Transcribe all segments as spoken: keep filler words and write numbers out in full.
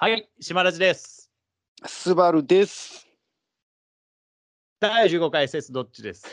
はい、島ラジです。 スバルです。 だいじゅうごかい説どっちです。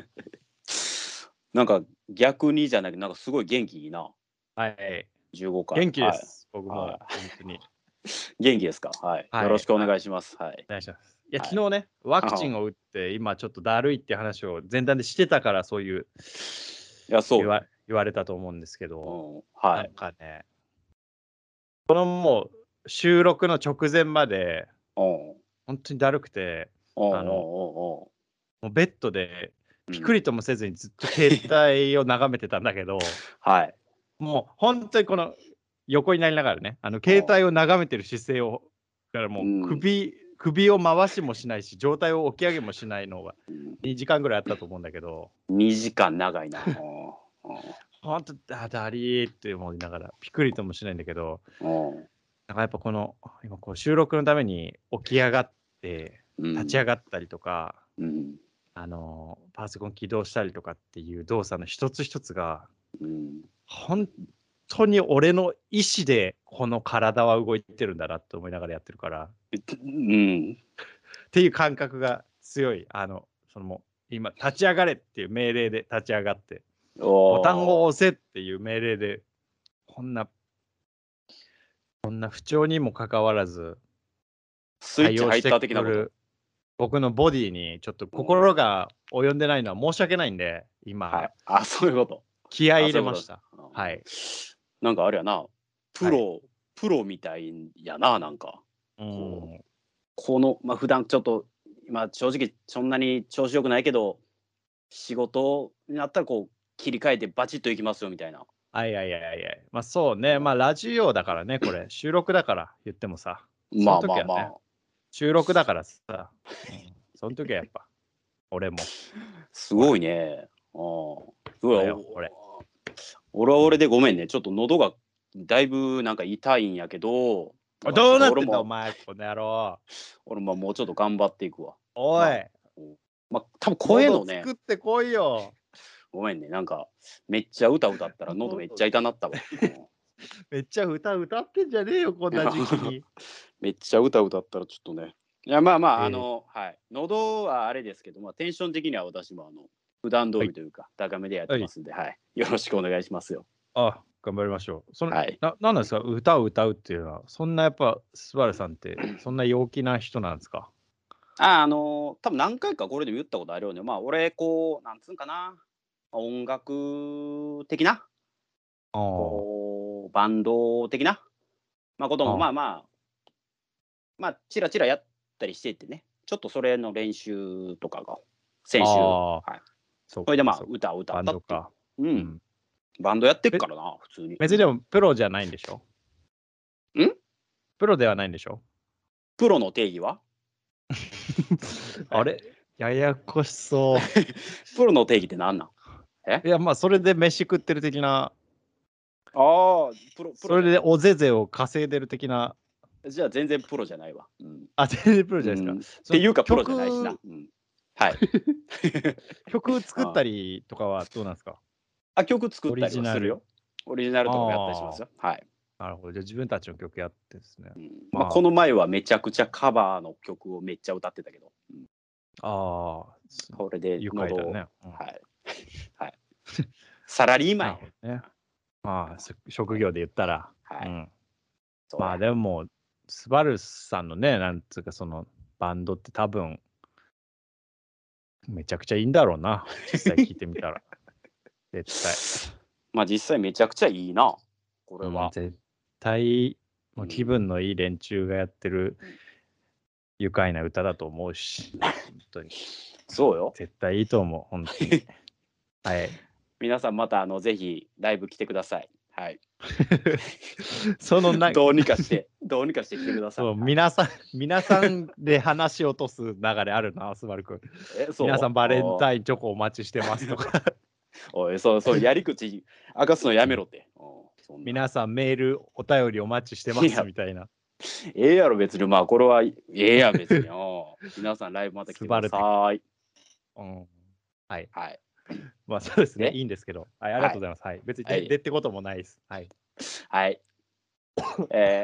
なんか逆にじゃなくて、なんかすごい元気いいな。 はい。 じゅうごかい。 元気です。 はい。 僕もは本当に。 い。元気ですか。はい。よはい。 ろしくお願いします。はい。 お願いします。いや、 はい。 昨日ね、ワクチンあを打って、今ちょっとだるいっていう話を前段でしてたから、そういういや、そうよ。 言わ言われたと思うんですけど、 うん。はなんい。 かね、このもう収録の直前まで、 うん。 本当にだるくて、 うんうんあの、 うんうん。 もうベッドでピクうん。 リともせずにずっと携帯を眺めてたんだけど、 はい。 もう本当にこの横になりながらね、あのうん。 携帯を眺めてる姿勢を、だからもううん。 首首を回しもしないし、上体を起き上げもしないのがうんにじかんぐらいあったと思うんだけど、 にじかん長いな。うん。うん。 ほんとだだりーって思いながら、ピクリともしないんだけど、 うんなんかやっぱこの今こう収録のために起き上がってう立ち上ん。 がったりとか、 うんあのパソコン起動したりとかっていう動作の一つ一つがうん本当に俺の意思でこの体は動いてるんだなと思いながらやってるからっうんていう感覚が強い。あのそのもう今立ち上がれっていう命令で立ち上がってボタンをおー押せっていう命令でこんなこんな不調にもかかわらずスイッチ入っ対応してた的なこと。 くる僕のボディにちょっと心が及んでないのは申し訳ないんでは今い。あ、そういうこと。 気合い入あそういうことれました。 うんはい。 なんかあれやな、プはい。 ロ、プロみたいやな、なんか。 うこう、 ん。 この、まあ普段ちょっと、今正直そんなに調子良くないけど、仕事になったらこう、切り替えてバチッといきますよみたいな。 はいはいはいはい。まあそうね。まあうラジオだからね、これ。収録だから言ってもさ。 んそのまあまあま時はね、収録だからさ。うん、その時はやっぱ、俺も。 あ、すほら、 ごいね。うん。すごいこれよ、 おこれ。 俺はうん、 俺でごめんね。ちょっと喉がだいぶなんか痛いんやけど、だからちょどうっと俺も、 なってんだお前、この野郎。 俺ももうちょっと頑張っていくわ。まあ、 おい、 うんまあ、多分声喉のね、 作ってこいよ。 ごめんね、なんか、めっちゃ歌歌ったら喉めっちゃ痛なったわ。うんめっちゃ歌歌ってんじゃねえよ、こんな時期に。 めっちゃ歌歌ったらちょっとね。いや、まあまあ、あえー、 の、はい。喉はあれですけど、まあ、テンション的には私も、あの、普段通はい、 りというか、高めでやってはい。 ますんで、はい。よろしくお願いしますよ。 あ、頑張りましょう。その、 はい。 な、なんなんですか歌を歌うっていうのは、そんなやっぱ、スバルさんって、そんな陽気な人なんですか？ あ、あの、多分何回かこれでも言ったことあるよね。まあ、俺、こう、なんつうんかな、音楽的な、 ああ、 こう、バンド的な、まあ、ことも、まああまあ、まあ、ちらちらやったりしててね、ちょっとそれの練習とかが、 あ、 先週、 ああ、 はい。 そっそれでまあ、 かそっか。 歌を歌ったっていう。 バンドか。 うん。 うん。 バンドやってっべからな、普通に。 別にでもプロじゃないんでしょ？ うん。んプロではないんでしょ？ プロの定義はあれ？ややこしそう。 プロの定義って何なんえいや、まあ、それで飯食ってる的な、 ああ、プロ、プロそれでじゃないわ。 おぜぜを稼いでる的な、 じゃあ全然プロじゃないわ。うん。 あ、全然プロじゃないですか。 うん。っそのていうかプロじゃないしな。 曲うん。はい。 曲作っあたりとかはどうなんですか？ あ、曲作オリったりジナル。 はするよ。オリジナルとかもやったりしまあすよ。はい。 あ、なるほど。じゃあ自分たちの曲やってですね。 うん、まあ、こまの前はめちゃくちゃカバーの曲をめっちゃ歌ってたけど、うん、 あ、ああ、すこれで愉快喉を、 だね。うん。 はい。はい。サラリーマンや。 なるほどね。まあ、し職業で言ったら、 はい。 うん。まあそうや。 でも、スバルさんのね、なんつうかそのバンドって多分、めちゃくちゃいいんだろうな。実際聞いてみたら。絶対。 まあ実際めちゃくちゃいいな、これうん、 は。 絶対、もう気うん。 分のいい連中がやってる愉快な歌だと思うし、本当に。 そうよ。 絶対いいと思う、本当に。はい。 皆さんまたあのぜひライブ来てください。はい。 そのな、 どうにかして、どうにかして来てください。 そう、 はい、 皆さん、皆さんで話を落とす流れあるな、スバル君。 え、 皆さんそうバレンおタインチョコお待ちしてますとか。 おい、そう、そう、やり口明かすのやめろって。おそんな。 皆さんメール、お便りお待ちしてまいや、 すみたいな。 ええやろ、別に。まあ、これは、ええやん、別に。お皆さんライブまた来てくだスバル的。 さい。 うん。はい。 はい。 まあそうですね。 で、 いいんですけど。はい、ありがはい。 とうございます。はい。別にで、 はい。 でってこともないです。はい。 はい。え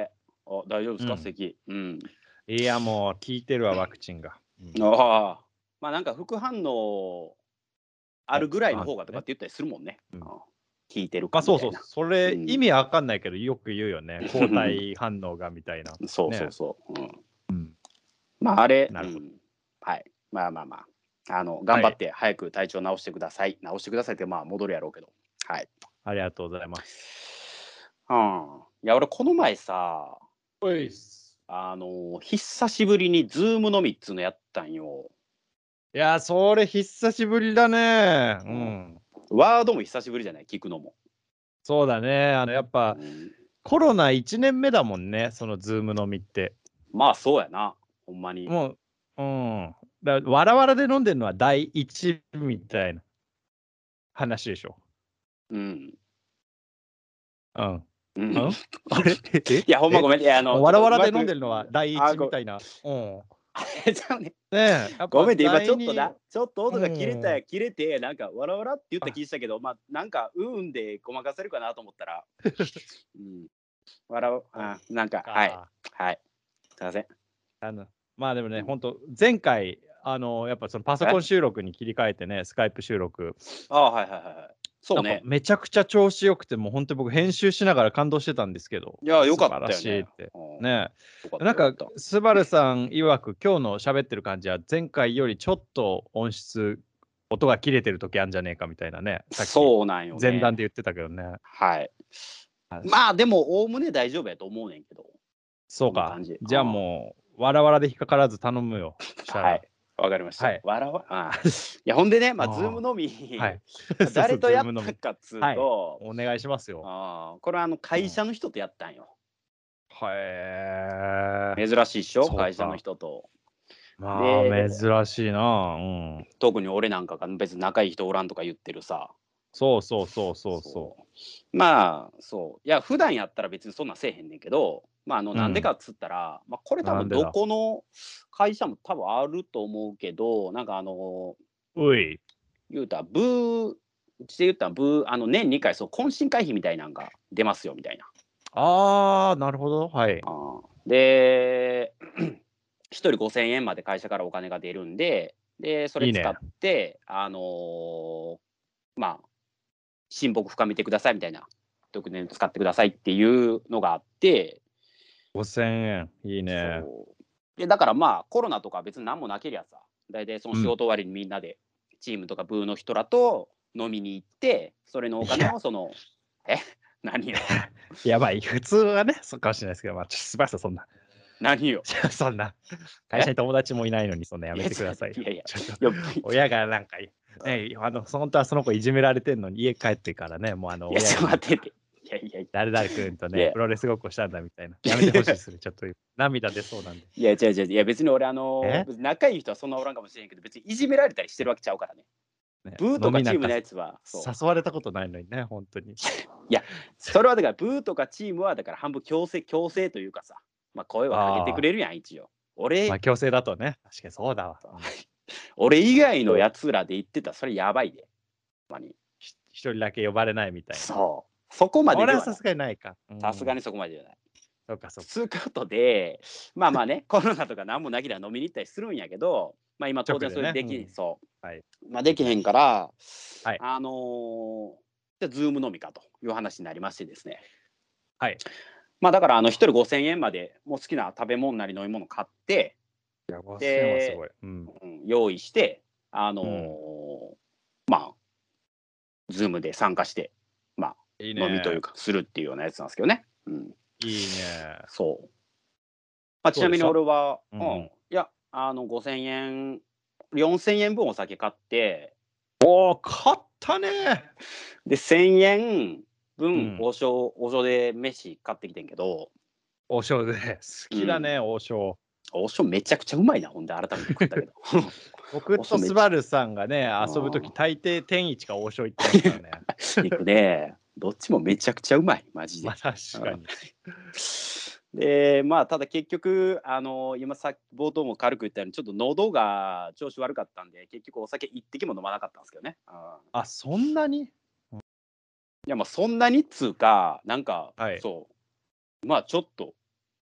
あ、大丈夫ですか、 うん。 咳。うん。 いや、もう効いてるわ、ワクチンが。うん。 ああ。まあ、なんか副反応あはい、 るぐらいの方がとかっ副反応ね。 て言ったりするもんね。 うん。 ああ、効いてるま、そうそう、 かみたいな。 それ意うん。 味わかんないけど、よく言うよね。抗体反応がみたいな。 そうそうね。 そう。うん。 うん。 まあ、あれ、 なるほど。 うん。はい。まあまあまあ。あの、頑はい。 張って早く体調治してください。治してくださいって、まあ、戻るやろうけど。はい。 ありがとうございます。 うん。いや、俺この前さ、 おいっす。 あの、久しぶりに Zoom 飲みっつうのやったんよ。 いや、それ久しぶりだね。ううん。 ん。 ワードも久しぶりじゃない、聞くのも。 そうだね。あの、やっぱ、 うん。 コロナいちねんめだもんね、その Zoom 飲みって。 まあ、そうやな、ほんまに。 もう、うん。だわらわらで飲んでるのは第一みたいな話でしょ。 うん。 うん。 うん。 うん？あれ？え？ いや、ほんまえ？ ごめん。いや、あの、ちょっわらわらでとうまく、 飲んでるのは第あ、 一みごたいな。うん。 ちゃうね。 ねえ、やっぱごめんって今ちょ第二。 っとな、ちょっとう音が切れたん。 切れて、なんかわらわらって言ったあ、 気したけど、まあ、なんか、うんうんでごまかせるかなと思ったら、うん、笑う、 そうあ、なんか、はい、 か。 はい、すいません。 あの、まあ、でもね、 うん。 ほんと、前回、あの、やっぱそのパソコえ？ ン収録に切り替えてね、スカイプ収録、 ああ、はいはいはいはい。そうなんかね。 めちゃくちゃ調子良くて、もうほんと僕編集しながら感動してたんですけど、 いや、良か素晴らったよね。 しいって。 うん。 ね。 良かっなんか、 た良かった。 スバルさん曰く、今日の喋ってる感じは前回よりちょっと音質、音が切れてる時あんじゃねえかみたいなね、さっきそうなんよね。 前段で言ってたけどね。 はい。 はい。 まあ、でも、おおむね大丈夫やと思うねんけど、 そうか。 この感じ。 じゃあうん。 もう、わらわらで引っかからず頼むよ、したはい、 ら。 わかりました。 はい。 わらわああ。いや、ほんでね、まあ、ズーああ、 ムのみ、 はい。 ま、 そうそう、 誰とやっズーム飲み。 たかっつうはい。 と、 お願いしますよ。 ああ、これはあの会うん。 社の人とやったんよ。 はえ。 珍しいっしょ、会社のそうか。 人と。 まあ、 で、 珍しいな。うん。 特に俺なんかが別に仲いい人おらんとか言ってるさ。 そうそうそうそうそそう。まあ、そう。いや、普段やったら別にそんなんせえへんねんけど、まあ、あの、 う。うん。 なんでかっつったら、ま、これ多分どなんでだ。 この会社も多分あると思うけど、なんかあの、 うい。 言うたら、ブーうちで言ったら、ブーあの、年にかい、そう、懇親会費みたいなんが出ますよみたいな。 ああ、なるほど、はい。 ああ。で、ひとりごせんえんまで会社からお金が出るんで、で、それいいね。 使って、あの、まあ、親睦深めてくださいみたいな、特典使ってくださいっていうのがあって、 ごせんえん、いいね。 そう。で、だからまあ、コロナとか別になんもなけりゃさ、大体そのうん。 仕事終わりにみんなで、チームとか部の人らと飲みに行って、それのお金いや、 をそのえ？何よ？ やばい、普通はね、そうかもしれないですけど、まあ、ちょっとすばらしいそんな。 何よ？ じゃあ、そんな、会社え？ に友達もいないのに、そんなやめいや、 てくださいよ。 ちょっといやいや、 ちょっと、 いや、 親がなんか、ね、あの、ほんとはその子いじめられてんのに、家帰ってからね、もうあの、 いや、ちょっと親になんか、 待ってて。いやいやい誰々君とね、 や。 プロレスごっこしたんだみたいな。やめてほしいする、ちょっと涙出そうなんで。 いや、違う違う、いや、別に俺あの、 え？ 別に仲いい人はそんなおらんかもしれんけど、別にいじめられたりしてるわけちゃうからね。 ね、 ブーとかチーム飲みなんかのやつは、そう。 誘われたことないのにね、ほんとに。 いや、それはだからブーとかチームはだから半分強制強制というかさ、ま、声はかけてくああ、 れるやん、一応。俺ま、強制だとね、確かにそうだわ。うん。 俺以外のやつらで言ってたらそれやばいで、ほんまに。 ひひとりだけ呼ばれないみたいな。 そう。そこまでではない。 それはさすがにないか。うん。 さすがにそこまでではない。 そうかそうか。 つうことで、まあまあね、コロナとかなんもなけりゃ飲みに行ったりするんやけど、ま、今当然それ直でね、 できうん。 そはい。 う、ま、できへんから、 はい。 あの、じゃ、ズーム飲みかという話になりましてですね。 はい。 ま、だからあのひとりごせんえんまで、もう好きな食べ物なり飲み物買って、 いや、ごせんはすで、 ごい。うん。 うん、用意して、あの、 うん。 まあ、ズームで参加して、まあ、 いい飲みというね。 か、するっていうようなやつなんすけどね。うん。 いいね。 そう。ま、ちなみにどうでした？ 俺はうん、 うんうん。 いや、あのごせんえん、よんせんえんぶんお酒買って、 おお、買ったね。 で、せんえんぶんうん。 王将王将で飯買ってきてんけど、 王将で、好うん、 きだね、王将。 王将めちゃくちゃうまいな、ほんで改めて食ったけど。 僕王将めっちとスバルさんがね、 ゃ遊ぶ時あ大抵天一か王将行ってますからね。 行くね。どっちもめちゃくちゃうまい、マジま、 で。 確うん。 かに。 で、まあ、ただ結局、あの、今さっき冒頭も軽く言ったように、ちょっと喉が調子悪かったんで、結局お酒一滴も飲まなかったんすけどね。うん。 あ、そんなに？ いや、ま、そんなにっつうか、なんか、 はい。 そう、まあ、ちょっと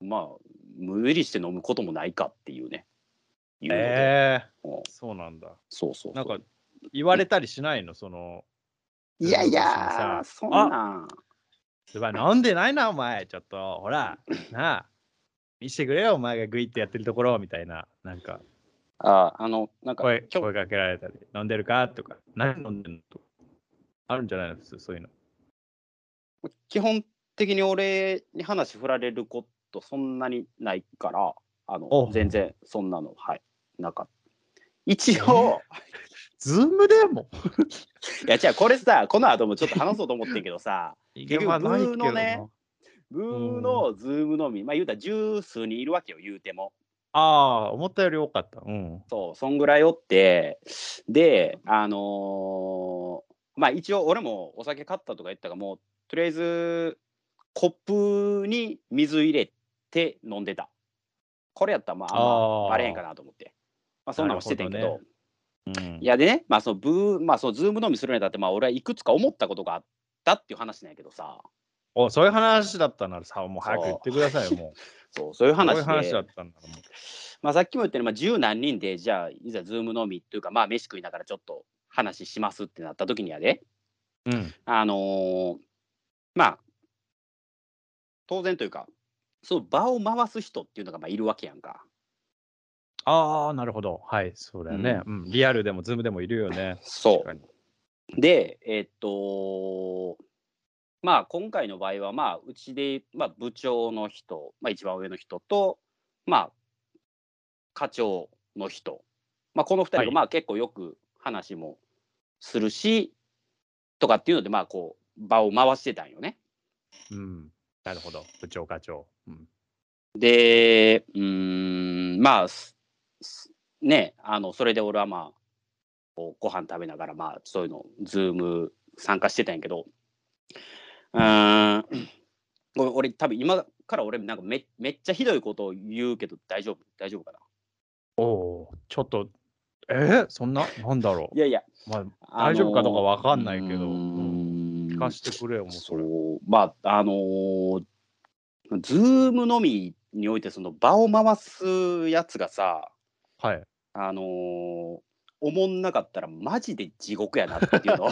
まあ、無理して飲むこともないかっていうね。いうので。 ええうんそうなんだ。 そうそうそう。 なんか、言われたりしないのその、 いやいズーム越しにやさ、 ー、そんあなん。 すば飲んでないな、お前。ちょっと、ほら、なあ、見してくれよ、お前がグイってやってるところ、みたいな。なんか、 ああの、なんか、 声、 きょ声かけられたり、飲んでるかとか、何飲んでんのとか。あるんじゃないの普通、そういうの。 基本的に俺に話振られることそんなにないから、あの、 お全然そんなの、はい、なかった。一え応、 ズームでもいや、違う、これさ、この後もちょっと話そうと思ってんけどさ、 いや、 結局、 まあ、 ブないーのね、 けどな。 ブうーん。 のズームのみ、まあ言うたら十数人いるわけよ、言うても。 ああ、思ったより多かった。うん。 そう、そんぐらいおって、で、あのーまあ一応俺もお酒買ったとか言ったから、もうとりあえずコップに水入れて飲んでた。これやったらまああんまバレへんかああ、 なと思って。まあそんなるなんもしててんけど、 ほどね。うん。 いやでね、まあそのブー、まあそのズーム飲みするにあたって、まあ俺はいくつか思ったことがあったっていう話なんやけどさ、 お、そういう話だったならさ、もう早く言っそう、 てくださいよ、もそう、そういうう。そういう話で、 話だったんだもう。 まあさっきも言ったように、まあ十何人で、じゃあいざズーム飲みっていうか、まあ飯食いながらちょっと話しますってなった時にはね、 うん。 あのーまあ、当然というか、その場を回す人っていうのがまあいるわけやんか。 ああ、なるほど。はい、そうだよね。 うん。 うん、リアルでもズームでもいるよね。確そかに。 う。で、えっと、まあ今回の場合は、まあうちで、まあ部長の人、まあ一番上の人と、まあ課長の人、まあこの二人がはい。 まあ結構よく話もするし、とかっていうので、まあこう、場を回してたんよね。 うん。なるほど。部長課長。うん。 で、うーん、まあ、すすね、あの、それで俺はまあ、こうご飯食べながら、まあ、そういうの、ズーム参加してたんやけど、うーん、ごめん、俺多分今から俺なんかめめっちゃひどいことを言うけど大丈夫大丈夫かな？ おお、ちょっと、えー、そんな、なんだろいやいや、 う。まあ、 あの大丈夫かどうかわかー、うんないけど、うん。聞かーん、 してくれよ、もうそれ。 そう、まあ、あのー、ズームのみにおいてその場を回すやつがさ、 はい。 あのー、おもんなかったらマジで地獄やなっていうのを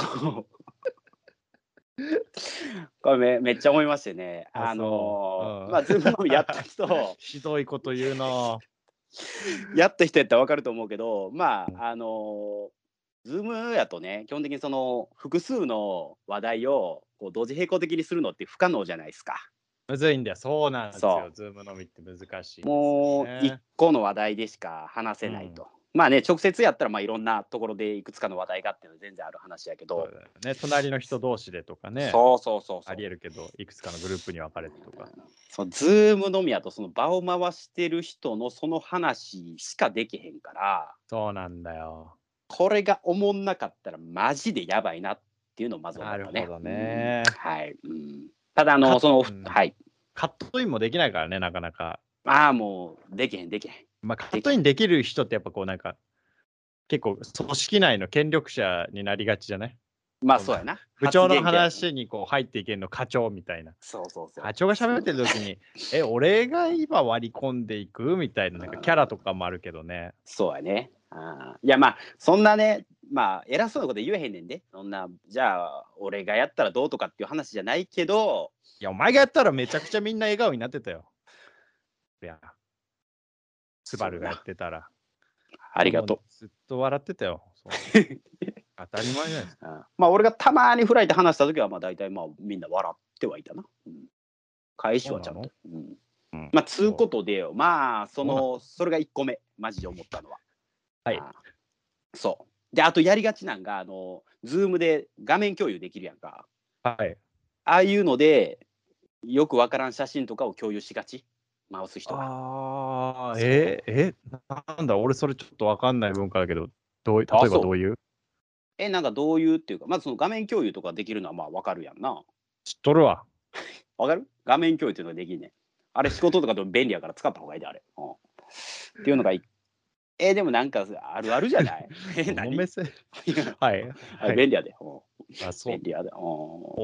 これめめっちゃ思いましてね。 あ、 あそう。うの、 ん。 まあ、ズーム飲みやった人ひどいこと言うな。 やった人やったら分かると思うけど、まうん。 あ、あの、ズームやとね、基本的にその複数の話題をこう同時並行的にするのって不可能じゃないですか。 むずいんだよ。そうなんですよ。 そズーム飲みって難しいう。 んですよもう一ね。 個の話題でしか話うん。 せないと。まあね、直接やったらまあいろんなところでいくつかの話題がっていうのは全然ある話やけど、 そうだよね。隣の人同士でとかね、 そうそうそうありそう。 えるけど、いくつかのグループに分かれてとか。 そのズーム飲みやとその場を回してる人のその話しかできへんから、 そうなんだよ。 これがおもんなかったらマジでやばいなっていうのをまず思ったね。 なるほどうん、 ね。 はい。うん。ただあの、 かその、 うん。 はい。 カットインもできないからね、なかなか。 ああ、もうできへんできへん。 まあ、カッできへん。 トインできる人ってやっぱこうなんか、結構組織内の権力者になりがちじゃない？そのまあそうやな。 部長の発言権。 話にこう入っていけんの課長みたいな。 そうそうそ課長が喋ってる時に、え、俺が今割り込んでいくみたいな、 う。うなんかキャラん、 とかもあるけどね。 そうやね。あーいやまあ、そんなね、まあ偉そうなこと言えへんねんで。そんな、じゃあ俺がやったらどうとかっていう話じゃないけど、 いや、お前がやったらめちゃくちゃみんな笑顔になってたよ。いや、スバルがやっそうやな。 てたら。もうありがとずっと笑ってたよ。そんな。 う。 当たり前じゃないですか。 うん、まあ俺がたまにフライで話した時はまあ大体まあみんな笑ってはいたな。うん、返しそうなの？ はちゃんと。うん、 うん。 まあつうそう。 ことでよ、まあそそうなの？ のそれがいっこめマジで思ったのは。 はい。 あそう。であとやりがちなんがあのズームで画面共有できるやんか。 はい。 ああいうのでよくわからん写真とかを共有しがち、回す人が。 ああ、 そう。 えーえ、なんだ、俺それちょっとわかんない文化だけど、どうい例あ、そう。 えばどういう？ え、なんかどういうっていうか、まずその画面共有とかできるのはまあわかるやんな。 知っとるわ。 わかる？画面共有っていうのができんねん。あれ仕事とかでも便利やから使った方がいいで、あれ。うん。っていうのがいえ、でもなんかあるあるじゃない？え、何？ どの目線？ いや、 はい、 あれはい。 便利やで。うん。 あ、そう。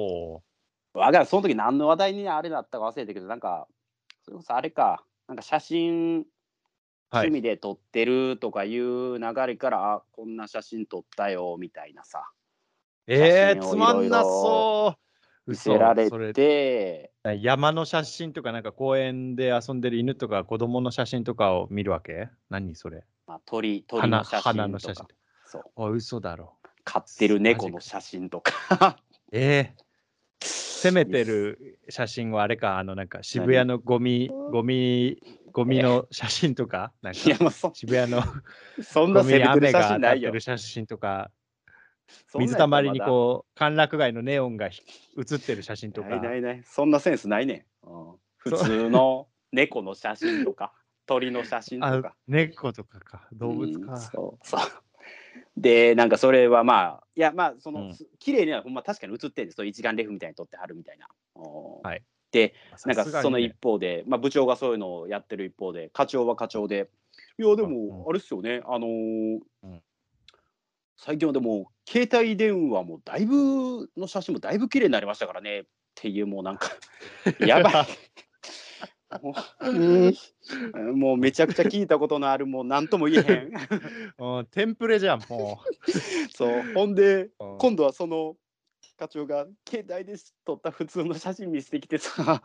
便利やで。うん。 おお。 わかる、その時何の話題にあれだったか忘れたけど、なんか、 それこそあれか、なんか写真はい。 趣味で撮ってるとかいう流れから、あ、こんな写真撮ったよみたいなさ、写えー、つ真をいろいまんなろそう。 見せら嘘、 れそれ。 て、 山の写真とか、なんか公園で遊んでる犬とか子供の写真とかを見るわけ？何それ？ まあ、鳥鳥花、 の写花真とか、 の写真。 そう、 あ、嘘だろ。 飼ってるマジか。 猫の写真とか。 えー、攻めてミスる写真はあれか、あのなんか渋谷何のゴミ、ゴミ、ゴミえの写真とか、なんいやかもうそ渋谷のそんなゴミに攻めてる写雨が当たって真ないよ。 る写真とか、 そんなんや水たまりにったらまだ。 こう、歓楽街のネオンがひ映ってる写真とか、 ないないない。そんなセンスないねん。うん、普そう、 通の猫の写真とか、鳥の写真とあ、 か。 猫とかか、動物うん、 か。 そうそう。で、なんかそれはまあ、いやまあ、その、 うん、 す綺麗にはほんま確かに写ってんです。そう一眼レフみたいに撮ってはるみたいな。おーはい。 で、 さなんかそのすがにね。 一方で、まあ、部長がそういうのをやってる一方で、課長は課長で、いやでうん、 もあれっすよね、あのーうん。 最近はでも携帯電話もだいぶの写真もだいぶ綺麗になりましたからねっていう、もうなんかやばい。もう、うん、もうめちゃくちゃ聞いたことのある、もう何とも言えへん。 もうテンプレじゃん、もそう、ほんで、 う。うん。 今度はその課長が携帯で撮った普通の写真見せてきてさ、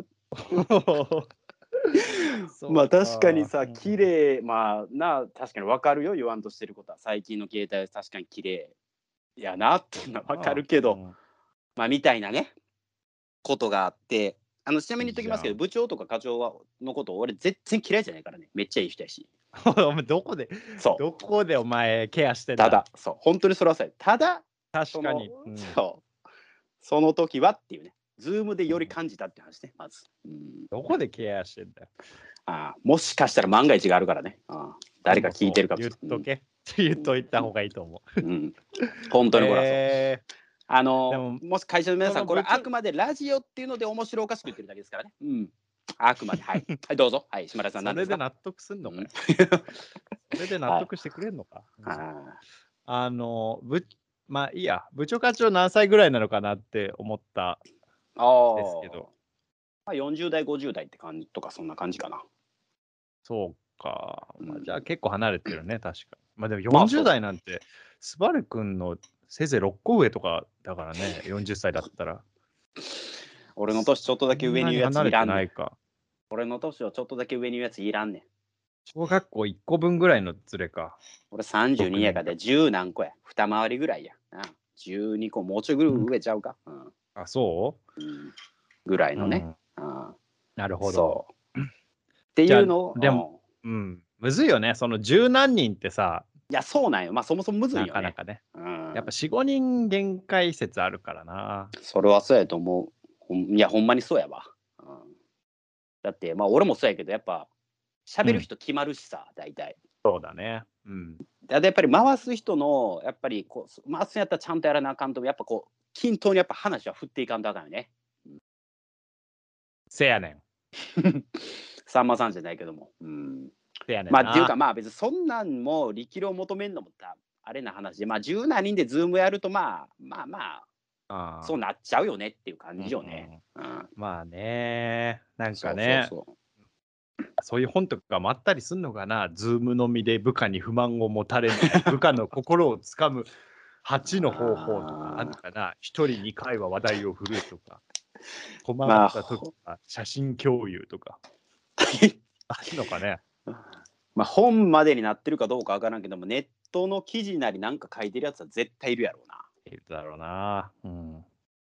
まあそう確かにか。 さ、 うん、 綺麗、まあな、確かに分かるよ、言わんとしてることは。最近の携帯は確かに綺麗やなっていうのは分かるけど、 うん。 まあみたいなね、ことがあって、あのちなみに言っときますけど、 いいじゃん。 部長とか課長はのこと俺全然嫌いじゃないからね。めっちゃいい人やし。 お前どこで、 そう。 どこでお前ケアしてんだ。 ただ、そう、本当にそれはそうや。ただ、その、 確かに。うん。 そう、その時はっていうね、ズームでより感じたって話ね、まず。うん、 どこでケアしてんだよ。 あもしかしたら万が一があるからね。あ誰か聞いてそうそう。 るかもしれない。 言っとけ。言っといた方がいいと思う。 うん、うん、本当にこれはそう。 えあー、での、 も、 もし会社の皆さん、これその部長、 あくまでラジオっていうので面白おかしく言ってるだけですからね。うん。あくまで、はい。はい、どうぞ。はい、島田さん、 そ何ですか？ れで納得すんのうん。 かよ。それで納はい。 得してくれんのか。うん。 ああの、ぶまあいいや、部長課長何歳ぐらいなのかなって思ったあ、あですけど、 あ、よんじゅう代、ごじゅう代って感じとか、そんな感じかな。 そうか。まあ、じゃあうん。 結構離れてるね、確かに。まあでもまあ、 よんじゅうそ代なんて、スバル君のせいぜいろっこ上とかだからね、よんじゅっさいだったら。 う。俺の年ちょっとだけそんな上に言うやつに離れていらんねん。 ないか。 俺の年をちょっとだけ上に言うやついらんねん。 小学校いっこぶんぐらいのズレか。 俺さんじゅうに 6年間。 やからでじゅう何個や。二回りぐらいや。なじゅうにこ、もうちょいぐらい上ちゃうか。うん。 あ、そうん、ぐらいのね。 ううん。 うん。 なるほど。 そう。ってじゃあ、 いうのでも、 を、うん。 うん。むずいよね。その十何人ってさ、 いや、そうなんよ。まあ、そもそもむずいなよね。 かなかね。 うん。 やっぱよん、ごにん限界説あるからな。 それはそうやと思う。ほんいや、ほんまにそうやわ。うん。だって、まあ、俺もそうやけど、やっぱ、喋るうん。 人決まるしさ、大体。 そうだね。うん。 で、やっぱり回す人の、やっぱりこう、回すんやったらちゃんとやらなあかんと、やっぱこう、均等にやっぱ話は振っていかんとあかんよね。 せやねん。 さんまさんじゃないけども。うん。 せやねんまあ、っていうか、 な。 まあ別にそんなんも力量を求めるのもたあれな話で、まあ十何人でズームやると、まあまあまあ、そうあなっちゃうよねっていうあ。うんう感じよね。 ん。 うん。 まあね。なんかそうそうね、 そう。 そういう本とかもあったりすんのかな。ズームのみで部下に不満を持たれない。部下の心をつかむはちの方法とかあんのあかな。ひとりにかいは話題を振るとか。困まあ、 った時ほは写真共有とか。あるのかね。 まあ本までになってるかどうかわからんけども、ネットの記事なりなんか書いてるやつは絶対いるやろうな。 いるだろうな。うん。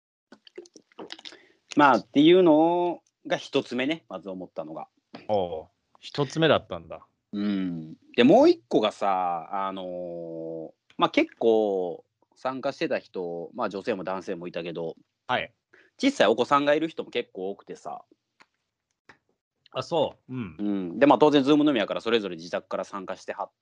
まあっていうのが一つ目ね、まず思ったのが。 おう、一つ目だったんだ。 うん。で、もう一個がさ、あのーまあ結構参加してた人、まあ女性も男性もいたけど、 はい。 小さいお子さんがいる人も結構多くてさ、 あ、そう。うん。 うん。で、まあ当然、ズームのみやからそれぞれ自宅から参加してはって、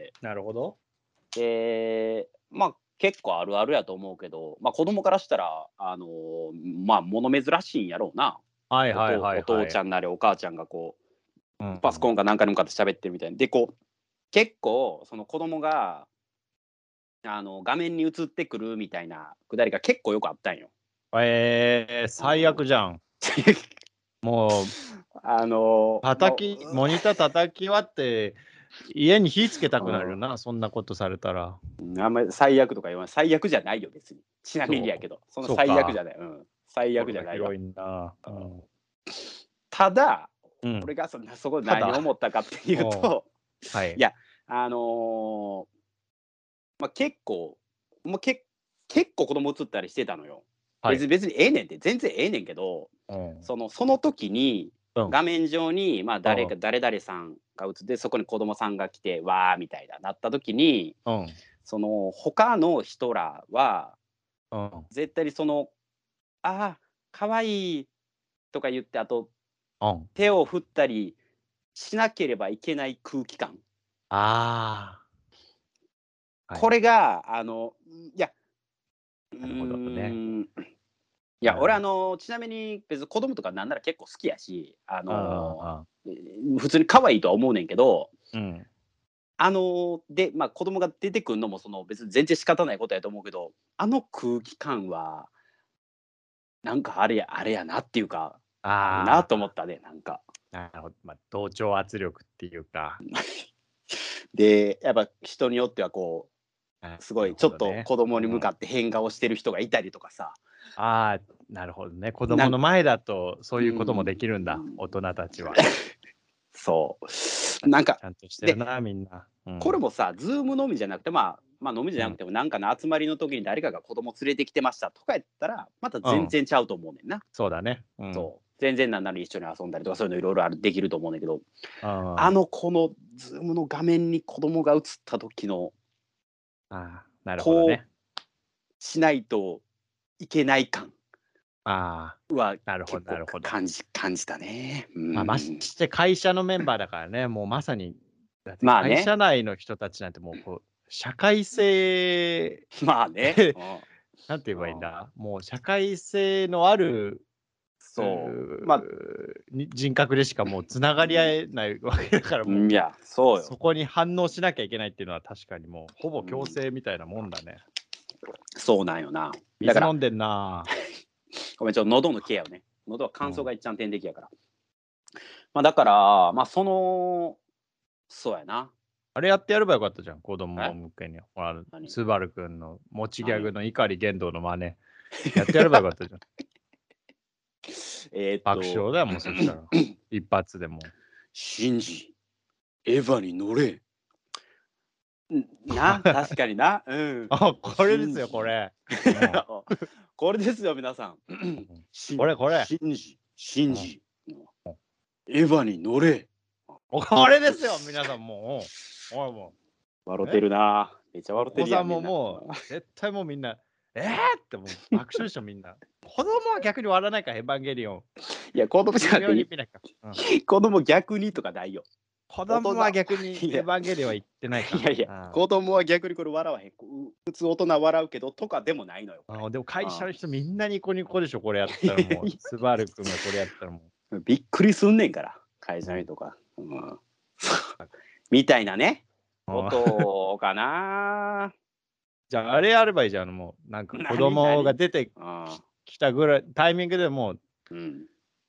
なるほど。 で、まあ結構あるあるやと思うけど、まあ子供からしたら、あのーまあ物珍しいんやろうな。おはいはいとお父はいはい。 ちゃんなりお母ちゃんがこう、 うん。 パソコンかなんかに向かって喋ってるみたいな。で、こう、結構その子供が、あの、画面に映ってくるみたいなくだりが結構よくあったんよ。 えー、最うん。 悪じゃん。もう、 あの叩き、モニター叩き割って、家に火つけたくなるうんな、そんなことされたら。 うんあんまり最悪とか言わない。最悪じゃないよ、別に。ちなみにやけど、そのそうか。 最悪じゃない。うん。最悪心じゃないわ。 が広いんだ。ううんん。 ただ、 うん俺がそそこでただ、 何を思ったかっていうおうと、 はい。 いや、あの、ま、結構、もうけ結構子供映ったりしてたのよ。 はい。 別に別にええねんて、全然ええねんけど、 うん。 そのその時に、 うん。 画面上に、ま、誰うん。 か誰々さんが映って、そこに子供さんが来て、わあみたいななった時に、 うん。 その他の人らは、 うん。 絶対にその、ああ、可愛いとか言って、あとうん。 手を振ったりしなければいけない空気感。 ああ、はい。 これが、あの、いや、うなるほどね。 ーん、いや、俺、あなるほど。 の、ちなみに別に子供とかなんなら結構好きやし、あうんうんの、 うん。 え普通に可愛いとは思うねんけど、 うん。 あの、で、ま、子供が出てくんのも、その、別に全然仕方ないことやと思うけど、あの空気感は、なんかあれやあれやなっていうか、あるなああ、 と思ったね、なんか。 なるほど。ま、同調圧力っていうか。 で、やっぱ人によってはこあ、 う、すごなるいちょっほどね。 と子供うん。 に向かって変顔してる人がいたりとかさ、 ああ、なるほどね。子なん供の前だとそういうこともうん、 できるんだ、大人たちは。 そう。なんか、 ちゃんとしてるで、 な、みんな。うん。 これもさ、ズームのみじゃなくて、まあ、まあ、飲みじうん。 ゃなくても、なんかの集まりの時に誰かが子供連れてきてましたとかやったら、またうん。 全然ちゃうと思うねんな。 そうだね。うん。 そう。全然なんなら一緒に遊んだりとか、そういうのいろいろあるできると思うんだけど、ああの、このズームの画面に子供が映った時の、 あ、ああ、なるほどこうね。 しないといけない感ああ、 はなるほどな結構るほど。 感じ感じたね。うまあ、まん。 して会社のメンバーだからね、もうまさに、だってまあね。 会社内の人たちなんてもうこう、社会性まあね。うん。 なんて言えばいいんうん。 だ、もう社会性のある、うそう。まあ、 に人格でしかもうつながり合えないわけだからもう、 うん、いや、そうよ。 そこに反応しなきゃいけないっていうのは確かにもう、ほぼ強制みたいなもんだね。 そうなんよな。だから、 水飲んでんな。 ごめん、ちょっと喉のケアをね。喉は乾燥うん。 が一番天敵やから。まあ、だから、まあ、その、そうやな。 あれやってやればよかったじゃん、子供え向けに。ほら、 何スバルくんの持ちギャグ何の碇玄道の真似、やってやればよかったじゃん。 えーっ爆と、 笑だよ、もうそしたら。一発でもう。 シンジ、エヴァに乗れ。ん、な、確かにな。うん。 あ、これですよ、こシンジ。 れ。うん。 これですよ、皆さん。 うん。 シンこれこれ。 シンジ、シうん。 ンジ、エヴァに乗れ。 これですよ、皆さんもう。うん。おい、もう。え？ 笑ってるな。めっちゃ笑ってるやん、みお子さんもんな。 もう、絶対もうみんな、ええ！ってもう爆笑でしょ、みんな。子供は逆に笑わないから、エヴァンゲリオン。 いや、子供じゃ微なくて、 妙に見ないか。うん。 子供逆にとかないよ。 子大人、 供は逆にいや、 エヴァンゲリオンは言ってないか。 いやいや、 うん。 子供は逆にこれ笑わへん。こう普通大人笑うけどとかでもないのよ、これ。 ああ、でも会社うの人みんなニコニコでしょ、これやっん。いやたらもう。 いスバル君がこれやったらもや、びっくりすんねんから、会う。うん。 社の人とか。うん。みたいなね、こうん。 とかな。 じゃあ、あれやればいいじゃん、あのもう、なんか子供が何何出てうん。 ききたぐらいタイミングでもう、 うん。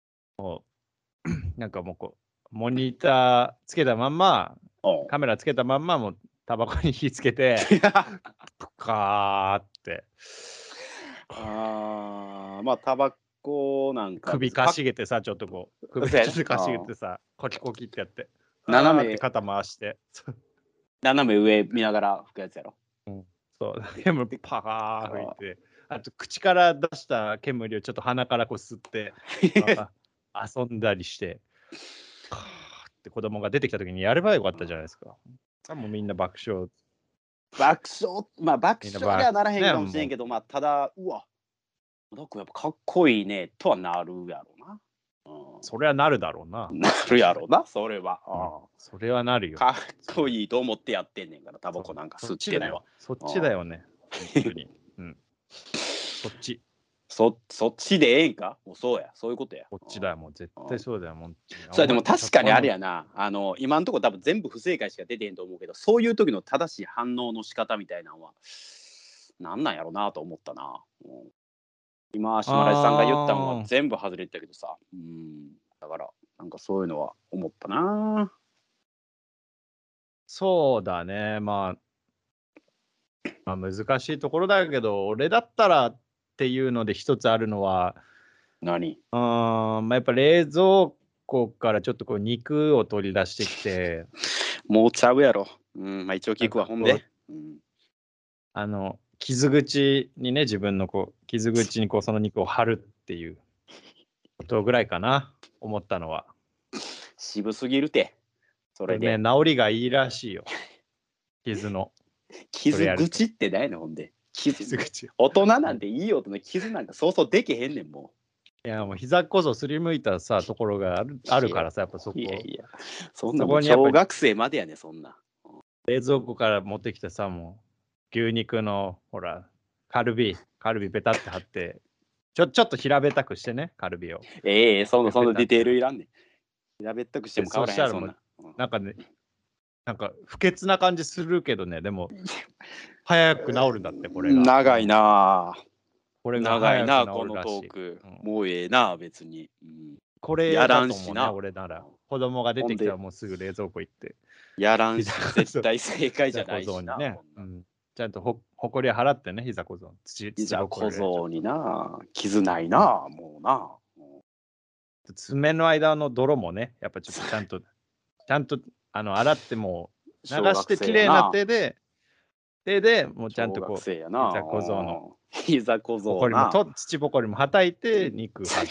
なんかもうこう、モニターつけたまんま、 おう。 カメラつけたまんま、もうタバコに火つけて、プカーって、 ああ、まあ、タバコなんか別首かにパッしげてさ、ちょっとこう、首そうやな。 ちょっとかしげああ。 てさ、コキコキってやって、あーって斜め肩回して、 斜め上見ながら吹くやつやろ。 うん、そう、 で煙で、 パカー吹いあて、あと口から出した煙をちょっと鼻からこう吸って、ああ遊んだりして、カーって子供が出てきた時にやればよかったじゃないですか。あ、もうみんな爆笑、 爆笑まあ、爆みんな笑にばはならへんね、 かもしれもう、 んけど、まあ、ただ、うわ、なんかやっぱかっこいいねとはなるやろな。 それはなるだろうな、 うん。なるや確かに。 ろな、それは。 うん、 あそれはなるあ。 よ、 かっこ普通に。 いいと思ってやってんねんから、タバそう、 コなんかそっ吸ってんのは。 ちだよ。そっちだああ。 よね、ほんとに。うん、そっち。 そそっちでええんか？もうそうや、そういうことや。あこっちだよ、もう絶あ、ああ。 対そうだよ、ほんとに。あ、 そうや、でお前、 も確かにちょっとあのあれやな、あの、今んとこ多分全部不正解しか出てへんと思うけど、そういう時の正しい反応の仕方みたいなんは、なんなんやろなと思ったな。うん。今、島田さんが言ったんはああ、 全部外れてたけどさ。うん、だから、 なんかそういうのは思ったな。 そうだね、まあ、まあ、難しいところだけど、俺だったらっていうので一つあるのは、 何うーん、まあ、やっぱ冷蔵庫からちょっとこう肉を取り出してきて、 もうちゃうやろ。うん、まあ一応聞くわ、 なんかこうほんで。うん、 あの、傷口にね、自分のこう、傷口にこうその肉を貼るっていうことぐらいかな、思ったのは。 渋すぎるて、そこれね、 れで。 治りがいいらしいよ、傷の。それ傷やると。 口ってないのほんで。傷傷口。 大人なんていい大人、傷なんかそうそうできへんねん、もいや、もう膝こそすりむいたさ、ところがあるあるからさ、やっぱそう。いやこ。 いや、そんなそもうこにやっぱり小学生までやねん、そんな。 冷蔵庫から持ってきたさ、もう牛肉の、ほら、カルビ、カルビベタって貼って、ちょちょっと平べったくしてね、カルビを。 ええそんな、そんなディテールいららんねん。平べったくしてで、 も変わらへん、 そしたらもう、 そんな。うんなんかね、なんか不潔な感じするけどね、でも、早く治るんだって、これが。 長いうんなぁ。 これが長い早くな、この治るらしい。 トーク。 うんもうええな、別に。うんこれやらだと思うね、 んしな。 俺なら。子供が出てきたらもうすぐ冷蔵庫行って。 やらんし、 膝絶対正解じゃ膝小ないしな、 僧にね、 こんな。 うん。ちゃんとほほこり払ってね、膝小僧。土、土膝ぼこり小でちょっと。 僧にな、傷ないな、もうな。 爪の間の泥もね、やっぱちょっとちゃんと、ちゃんとあの洗ってもう流小学してきれいな生やな。 手で、手でもうちゃん小学とこう、 生やな。 膝小僧のうん膝小ほこ僧な。 りもと、土ぼこりもはたいて、肉張って、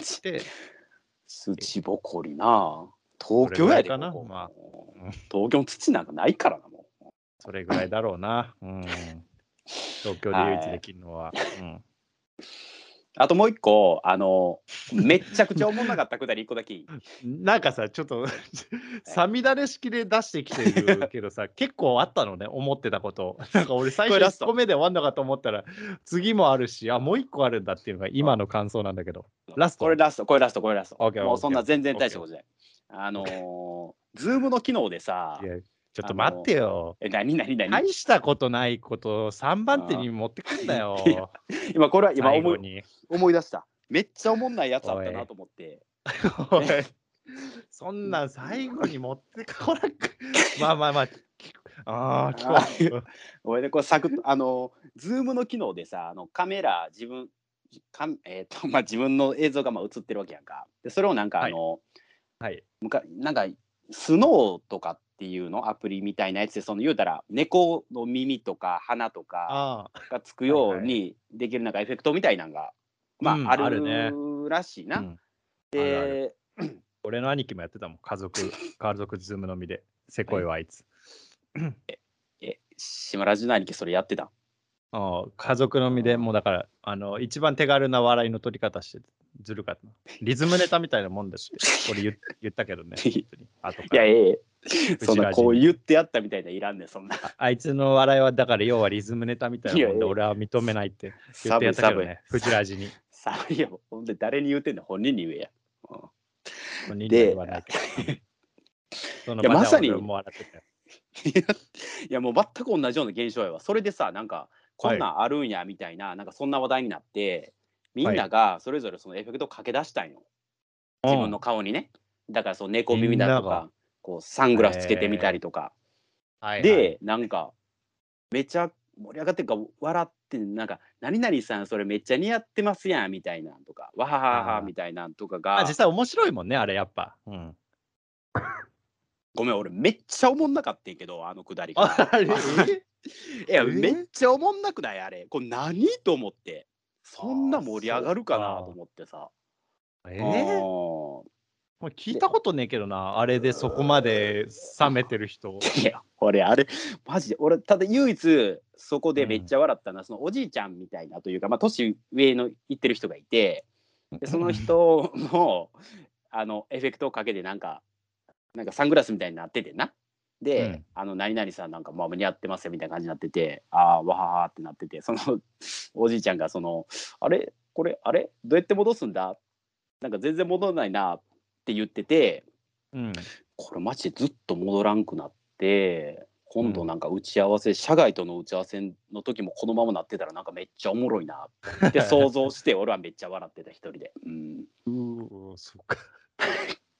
土ぼこりな。 それぐ東京やで、 らいかな。 ここ。 まあ、うん東京の土なんかないからな、もう。 それぐらいだろうな。うん。東京で唯一ではい。 きるのは。うん。 あともう一個、あの、めっちゃくちゃおもんなかったくだり一個だけいい。 なんかさ、ちょっとはいさみだれ式で出してきてるけどさ、結構あったのね、思ってたこと。なんか俺最初1 これラスト個目で終わんのかと思ったら、次もあるし、あ、もういっこあるんだっていうのが今の感想なんだけど。ラストこれラスト、これラスト、これラスト。 オッケーもうそんな全然オッケー大したことじゃない。あのー、ズームの機能でさ、 いや、ちょっあのと待ってよ。 え、なになになに大したことないことをさんばん手に持ってくんだよ。 今これは今思い最後に。 思い出した。めっちゃおもんないやつあおい。 ったなと思って。 おい。そんなん最後に持ってこなく。まあまあまあ。ああ、聞こう。 俺でこれサクッとあのズームの機能でさ、あのカメラ自分かえーとまあ、自分の映像がまあ映ってるわけやんか。でそれをなんかあの、 はい。 むかなんかスノーとかっていうのアプリみたいなやつで、その言うたら猫の耳とか鼻とかああ。 がつくようはいはいにできるなんかエフェクトみたいなんが、まあ、 うん、 ああるね。 るらしいな。 うん。あるある。 で、 俺の兄貴もやってたもん。家族、家族ズームのみで。せこいわ、あいつ。 え、島ラジの兄貴それやってたん？ ああ家族のみでもうだから、あの、一番手軽な笑いの取り方してずるかったな。リズムネタみたいなもんだし、俺言言ったけどね。 い後からや、ええそんなこうう言ってやったみたいないらんねん、そんな。 ああいつの笑いはだから要はリズムネタみたいなもんで、 いやいや俺は認めないって言って寒い寒い。 やったけどね。フジラジに。 寒いよ。ほんで誰に言うてんの、本人に言えや。うん本人には言わないけど。その場ではいやまさに俺も笑ってたよ。 いやもう全く同じような現象やわ。それでさ、なんかこんなんあるんやみたいな、なんかそんな話題になって、みんながそれぞれそのエフェクトをかけ出したんよ。自分の顔にね。だからその猫耳だとみんなか、こうサングラスつけてみたりとか。 はいはい、 で、なんかめちゃ盛り上がってるか笑ってなんか「何々さんそれめっちゃ似合ってますやん」みたいなんとか「わははは」みたいなんとかまあ実が、 際面白いもんね、あれやっぱ。うん。 ごめん俺めっちゃおもんなかったんけど、あのくだりが。 あれいやえめっちゃおもんなくないあれ。これ何と思って。そんな盛り上がるかなと思ってさ。 えー、 ももう聞いたことねえけどな、あれでそこまで冷めてる人。 いや俺あれマジで俺ただ唯一そこでめっちゃ笑ったのは、うん、そのおじいちゃんみたいなというか、まあ、年上の言ってる人がいて、でその人もあのエフェクトをかけてなんかなんかサングラスみたいになっててな。で、うん、あの何々さんなんかまあ似合ってますよみたいな感じになってて、ああわははってなってて、そのおじいちゃんがそのあれこれあれどうやって戻すんだ、なんか全然戻らないなって言ってて、うん、これマジでずっと戻らんくなって、今度なんか打ち合わせ、うん、社外との打ち合わせの時もこのままなってたらなんかめっちゃおもろいなって想像して俺はめっちゃ笑ってた一人で。うん。 うーそっか。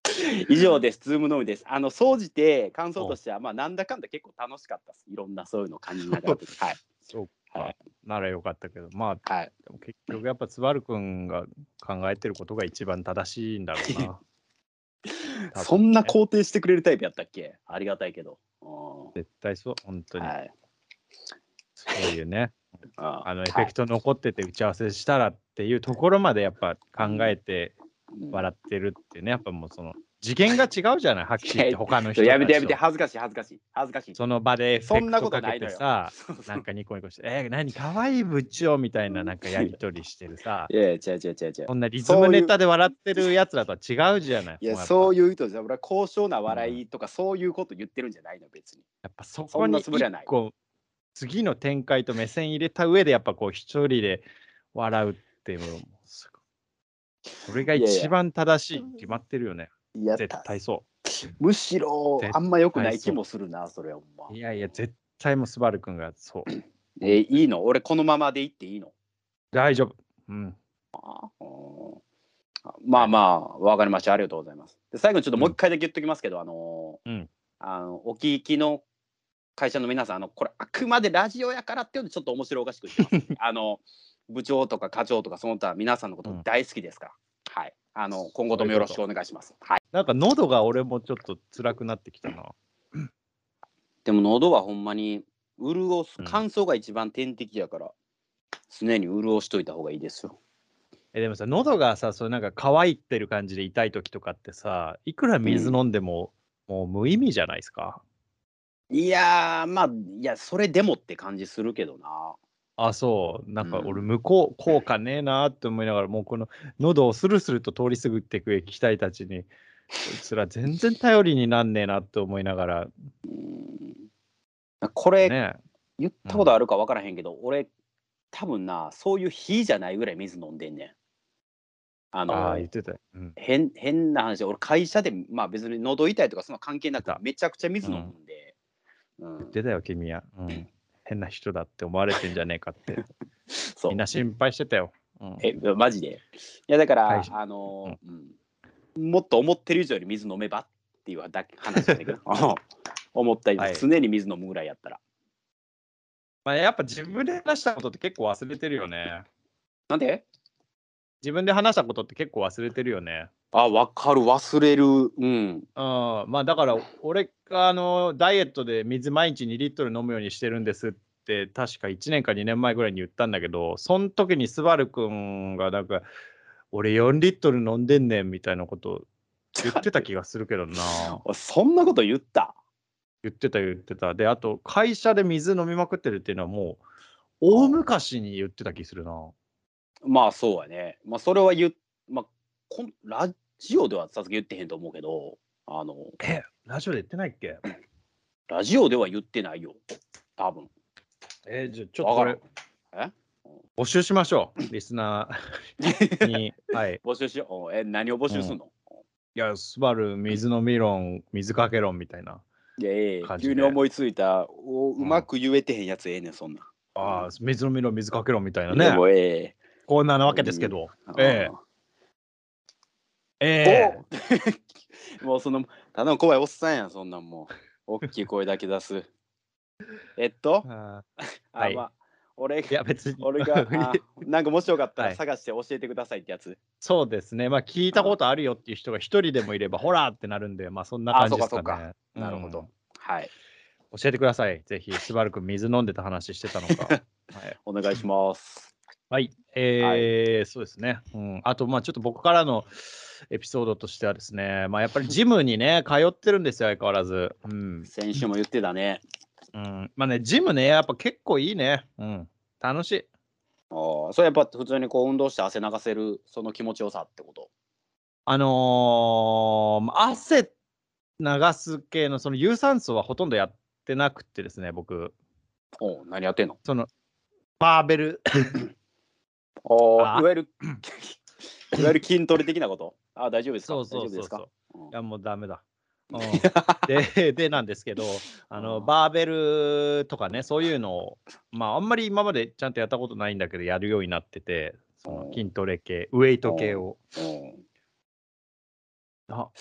以上です、ズームのみです。あの、総じて感想としては、まあ、なんだかんだ結構楽しかったです。いろんなそういうのを感じながら。はい。 そうかはい。。 ならよかったけど、まあ、 はい。 でも結局やっぱつばるくんが考えてることが一番正しいんだろうな。多そんな分ね。 肯定してくれるタイプやったっけ？ありがたいけど。うん絶対そう、本当に。 はい。 そういうね、 ああの、エフはい。 ェクト残ってて打ち合わせしたらっていうところまでやっぱ考えてうん笑ってるっていうね、やっぱもうその次元が違うじゃない、はっきり言って他のそうやめてやめて、 人たちと。 恥ずかしい恥ずかしい。恥ずかしいって。 その場でエフェクそんなこトかけとないのよ。 てさ、 そうそうなんかニコニコして、えー、何可愛い部長みたいななんかやり取りしてるさ、 いやいや、違う違う違う違う。 そんなリズムそういう、 ネタで笑ってるやつらとは違うじゃない。 いや、 もうやっぱ、 そういう意図じゃ、俺は高尚なうん、 笑いとかそういうこと言ってるんじゃないの、別に。 やっぱそそんなこにつもりはない。 一個次の展開と目線入れた上でやっぱこう一人で笑うっていうのもすごいそれがいやいや、 一番正しいに決まってるよね。 いや、 絶た対そむしう。 ろあ絶んま良くない気対そもするな、それはほんま。 う。いやいや、絶対もうスバルくんがそう。 えーいいの？俺このままでいっていいの？ 大丈夫。うん。 うんまはい。 あまあ、わかりました。ありがとうございます。で、最後にちょっとうん。 もう一回だけ言っときますけど、あのうん。 ーあの、お聞きの会社の皆さん、あの、これあくまでラジオやからっていうのでちょっと面白おかしく言ってます。あの、部長とか課長とかその他皆さんのことうん。 大好きですから。はい。あの、今後そういうこと。 ともよろしくお願いします。はい。 なんか喉が俺もちょっと辛くなってきたな。 でも喉はほんまに潤す、 うん。 乾燥が一番天敵やから、常に潤しといた方がいいですよ。 え、でもさ、喉がさ、そうなんか乾いてる感じで痛い時とかってさ、いくらう水飲ん。 んでも、もう無意味じゃないですか。 いやー、まあ、いや、それでもって感じするけどな。 あ、そう。なうんか俺、 ん。 向こう、効果ねえなって思いながら、もうこの喉をスルスルと通り過ぎていく液体たちに、こいつら全然頼りになんねえなって思いながら、 うんこれ、 ね。 言っうん。 たことあるか分からへんけど、俺、多分な、そういう日じゃないぐらい水飲んでんねん。あああ、言の、 ってたよ。うん。 変変な話、俺会社で、まあ、別に喉痛いとかそんな関係なく、 言ってた。 めちゃくちゃ水飲うん。 むんで、うん。 言ってたよ、君は。うん。変な人だって思われてんじゃねえかって。みんそう。 な心配してたよ。うん。 え、マジで。いや、だから、 会社。 あうん。 の、うん、もっと思ってる以上に水飲めばっていうだけ話なんだけど、思った以上、 はい。 常に水飲むぐらいやったら。 まあ、やっぱ自分で話したことって結構忘れてるよね。 なんで？ 自分で話したことって結構忘れてるよね。 あ、分かる、忘れる。うん。 うん、まあだから俺があのダイエットで水毎日にリットル飲むようにしてるんですって確かいちねんかにねんまえぐらいに言ったんだけど、その時にスバルくんがなんか俺よんリットル飲んでんねんみたいなこと言ってた気がするけどな。 そんなこと言った？ 言ってた言ってた。で、あと会社で水飲みまくってるっていうのはもう大昔に言ってた気するな。 まあそうやね。まあそれは言っ、まあ、こんラジオではさすが言ってへんと思うけど、あの、 え、ラジオで言ってないっけ？ ラジオでは言ってないよ。多分。 えーじゃあちょっとわからん。 これえ募集しましょう。リスナーに。はい。 募集しよう。おえ、何を募集すんの？ いや、スバル水飲み論、水かけ論みたいないや、ええ感じで。 急に思いついた、おううん。 まく言えてへんやつええねん、そんなん。 ああ、水飲み論、水かけ論みたいないや、もね。 うええこんななわけですけうんど。えあえ。えおえ。 もうその、ただの怖いおっさんやん、そんなんもう。大きい声だけ出す。えっと、 あーはあ、まい。 あ、俺が、 いや、別に。 俺が、あ、なんかもしよかったらはい。 探して教えてくださいってやつ。 そうですね。まあ、聞いたこあとあるよっていう人が一人でもいれば、ほらってなるんで、まあ、そんなあ、 感じでそうかそうか。 すかね。うなるほど。 ん。 はい。 教えてください。ぜひ、スバル君、水飲んでた話してたのか。はい。 お願いします。 はい。 はい。 えー、そうですね。うん。あと、まあ、ちょっと僕からのエピソードとしてはですね、まあ、やっぱりジムにね、通ってるんですよ、相変わらず。うん。 先週も言ってたね。 うん。まあね、ジムね、やっぱ結構いいね。うん。楽しい。 ああ、それやっぱ普通にこう運動して汗流せる、その気持ちよさってこと。 あのーまあ汗流す系のその有酸素はほとんどやってなくてですね、僕。 おう何やってんの？ その、バーベル、 おいあわゆるいわゆる筋トレ的なこと。ああ、大丈夫ですか？ そうそ大丈夫ですか？ うそうそう。 うんいや、もうダメだ。うん。で、でなんですけど、あの、 うんバーベルとかね、そういうのを、まあ、あんまり今までちゃんとやったことないんだけど、やるようになってて、その筋トレ系、ウェイト系を。 うんあ、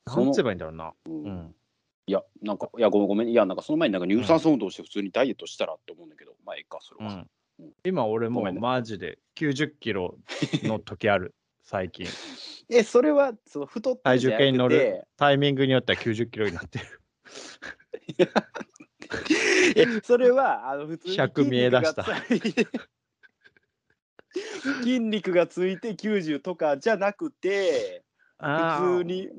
なんつえその、 ばいいんだろうな。 ううんん。 いや、なんか、いや、ごめんごめん。いや、なんかその前になんか有酸素運動して普通にダイエットしたらって思うんだけど、まあ、ええか、それは。 うん。 うん。 今俺もうごめんね。 マジできゅうじゅっキロの時ある、最近。 え、それは、その太って体重るんじゃな計に乗るくて、 タイミングによってはきゅうじゅっキロになってる。 え、それは、あの、普通にひゃく筋肉がつ見え出した。 いて筋肉がついてきゅうじゅうとかじゃなくて、普ああ。 通に、うん、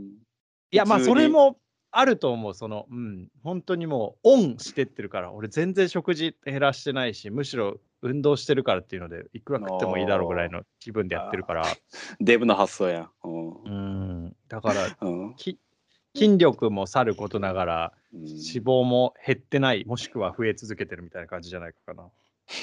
普いや、ま、 通に。 それもあると思う。その、うん、ほんとにもうオンしてってるから、俺全然食事減らしてないし、むしろ運動してるからっていうので、いくら食ってもいいだろうぐらいあの気分でやってるかあ、 ら。 デブの発想やん。うん。 うーん、だから、 うん。 き筋力もさることながら、 うん。 脂肪も減ってない、もしくは増え続けてるみたいな感じじゃないかな。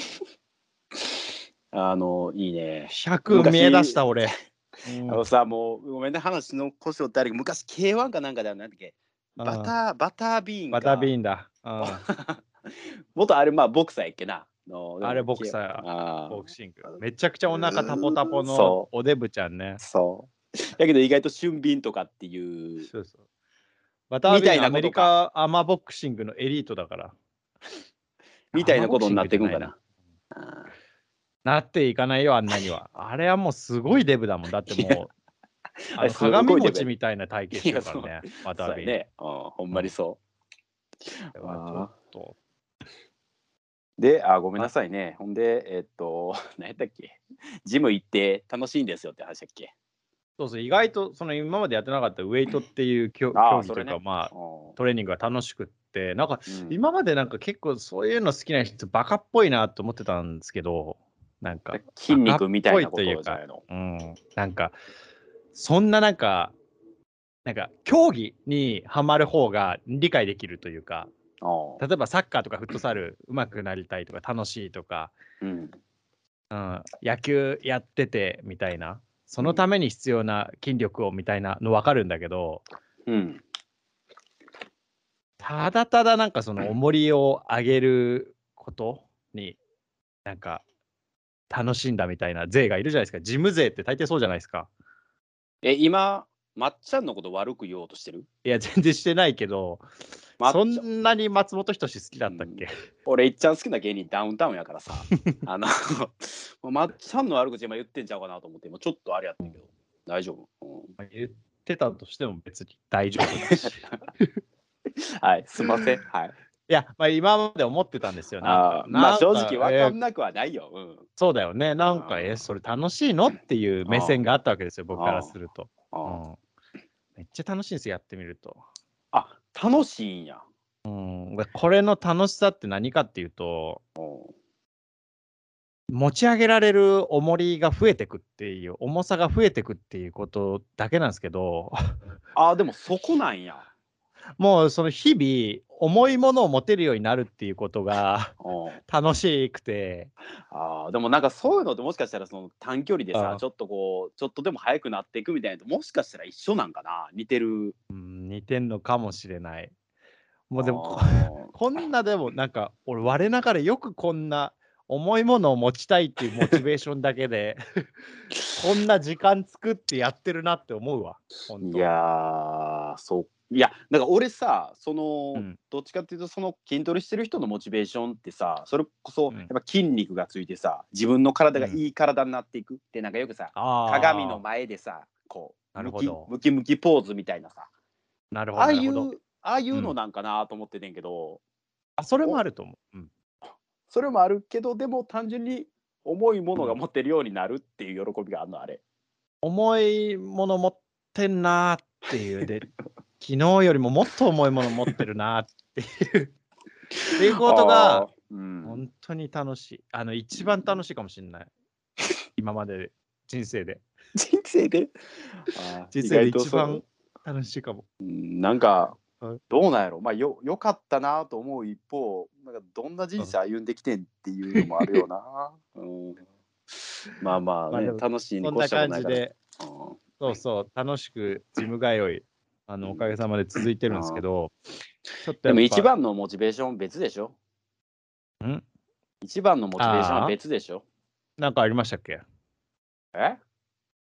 あの、いいね。 ひゃく見え出し昔、 た俺。うん。 あのさ、もうごめんね、話の腰をってあるけど、昔 ケーワン かなんかではなんだっけ、バああ、 ターバタービーンバタービか、 ーンだ。ああ、 元あれ、まあ、ボクサーやっけな。の、であれも、けボクサー、 ああ、 ボクシング。めちゃくちゃお腹タポタポのそう、 おデブちゃんね。 そう。だけど意外と俊敏とかっていう、 そうそう。バターみたいビーンアメリなことか。 カアマボクシングのエリートだから。 みアマボクシンたいなことになっグじゃないな。 ていくんかな。ああ。 なっていかないよ、あんなには。あれはもうすごいデブだもん。だっていや、 もう、あのあれすご鏡いレベル。 餅みたいな体型していや、そう、 るからね、バタービーン。 そうやね。うん、ほんうん。 まにそう。 だからちょっああ。 と、 で、あ、ごめんなあ、 さいね。ほんで、えっと、何やったっけ。ジム行って楽しいんですよって話だっけ。 そうそう、意外とその今までやってなかったウエイトっていうきょああ、 競技というか、 それね。 まあ、 うトレーニングが楽しくって、なんかん。うん。 今までなんか結構そういうの好きな人バカっぽいなと思ってたんですけど、なんか筋バカっ肉みたいぽいなこというか、 とじゃないの。 うん、なんかそんななんかなんか競技にはまる方が理解できるというか、 ああ。 例えばサッカーとかフットサル上手くなりたいとか楽しいとか、 うん。 うん、野球やっててみたいな、そうん。 のために必要な筋力をみたいなの分かるんだけど、 うん。 ただただなんかその重りを上げることに、なんか楽しんだみたいな勢がいるじゃないですか。ジム勢って大抵そうじゃないですか。 え、今、まっちゃんのこと悪く言おうとしてる？ いや、全然してないけど、そまっちゃん、 んなに松本人志好きだうん。 ったっけ？ 俺いっちゃん好きな芸人ダウンタウンやからさ、あの、もうまっちゃんの悪口今言ってんちゃうかなと思って、今ちょっとあれやっうん、 たけど、大丈夫？うん。 ま、言ってたとしても別に大丈夫だし。 はい、すんません、はい。 いや、ま、今まで思ってたんですよ。なんかああ、ま、 なんか、 正直分かええ、 んなくはないよ。うん。 そうだよね。なんか、え、 あそれ楽しいの？っていう目あ、 線があったわけですよ、僕からあすると。 あ、ああ。 うん。めっちゃ楽しいんすよ、やってみると。 あ、楽しいんや。 うん、で、これの楽しさって何かっていうと、 うん。 持ち上げられる重りが増えてくっていう、重さが増えてくっていうことだけなんすけど、 ああ、でもそこなんや。 もうその日々、重いものを持てるようになるっていうことがうん。 楽しくて、 ああ、でもなんかそういうのってもしかしたらその短距離でさ、 あ、 ちょっとこう、ちょっとでも速くなっていくみたいなのと、もしかしたら一緒なんかな？似てる。 うん、似てんのかもしれない。もうでも、こあこんなでもなんか、俺我ながらよくこんな重いものを持ちたいっていうモチベーションだけでこんな時間作ってやってるなって思うわ、ほんあ、いと。 や、そう、いや、なんか俺さ、その、 うん、 どっちかっていうとその筋トレしてる人のモチベーションってさ、それこそうん、 やっぱ筋肉がついてさ、自分の体がいうん。 い体になっていくってなんかよくさ、鏡のああ、 前でさ、こう、 なるムキほど。 ムキムキポーズみたいなさ、 なるほああどなるほど。 いうああいうのうん。 なんかなと思っててんけど、 あ、それもおあると思う。うん。 それもあるけど、でも単純に重いものがうん。 持てるようになるっていう喜びがあるの、あれ。 重いもの持ってんなっていう、で、昨日よりももっと重いもの持ってるなっていうっていうことが、 ああ、うん。 ほんとに楽しい。あの、一番楽しいかもしんない。今まで人生で。 人生で、ああ、意人生で外とそ一番楽しいかも。 う、ん、なんか、 はい。 どうなんやろ、ま、よ良かったなと思う一方、なんかどんな人うん。 生歩んできてんっていうのもあるよな。うん。まあまあま、でね、 も、 楽しいに越しそんなたことないから。 感じで、 うん。 そうそう、楽しくジム通い、あの、おかげさまで続いてるんすけああ。 ど、ちょっとでも一やっぱ番のモチベーション別でしょ？ ん？ 一番のモチベーションはああ？ 別でしょ？ なんかありましたっけ？ え？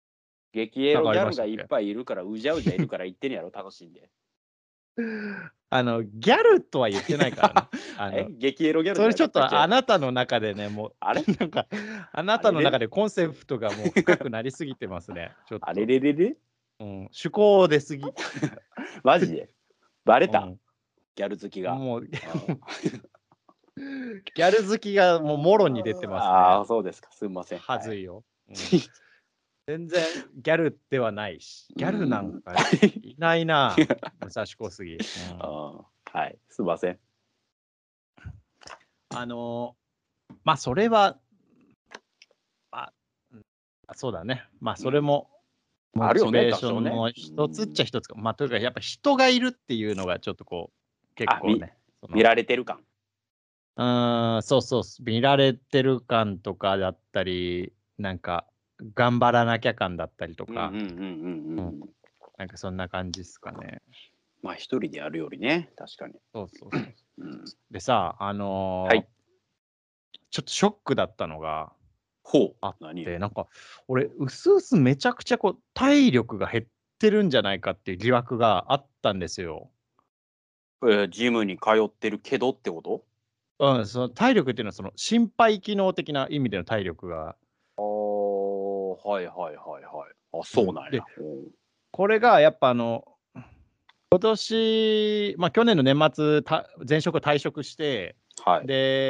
激エロギャルがいなんかありましたっけっぱいいるから、うじゃうじゃいるから言ってんやろ、楽しんで。 あの、ギャルとは言ってないからね。あえの、 激エロギャルそれちょっとあななたの中でね、もう、 あれなんか、あなたの中でコンセプトがもう深くなりすぎてますね。ちょっあれと。 れれれうん、趣向出すぎ。 マジでバレた、 うん、 ギャル好きが。 もう、ギあャル好きがもうもろに出てますね。 あー、そうですか。すみません。 はずいよ。うん、 はい全然ギャルではないし、ギャルなんかいないな、武蔵小杉。うん、 あーはい、すみません。 あのーまあ、それは、あ、うんあそうだね。まあ、それも、モあるよね、 チベーショ多少ね。 ンの一つっちゃ一つか。まあ、というか、やっぱ人がいるっていうのがちょっとこう、結あ、み構ね、その見られてる感。 うーん、そうそう、見られてる感とかだったり、なんか、頑張らなきゃ感だったりとか、 うんうんうんうんうんうん。 なんかそんな感じっすかね。 まあ一人でやるよりね、確かに。 そうそうそう。 うん、 でさ、あのーはい。 ちょっとショックだったのがほう。 あっ何て、なんか、俺、うすうすめちゃくちゃこう、体力が減ってるんじゃないかっていう疑惑があったんですよ。 えージムに通ってるけどってこと？ うん、その体力っていうのは、その心肺機能的な意味での体力が。 ああ、はいはいはいはい。あ、 うんそうなんや。 で、これがやっぱあの、今年、まあ、去年の年末、た前職退職して、 はい。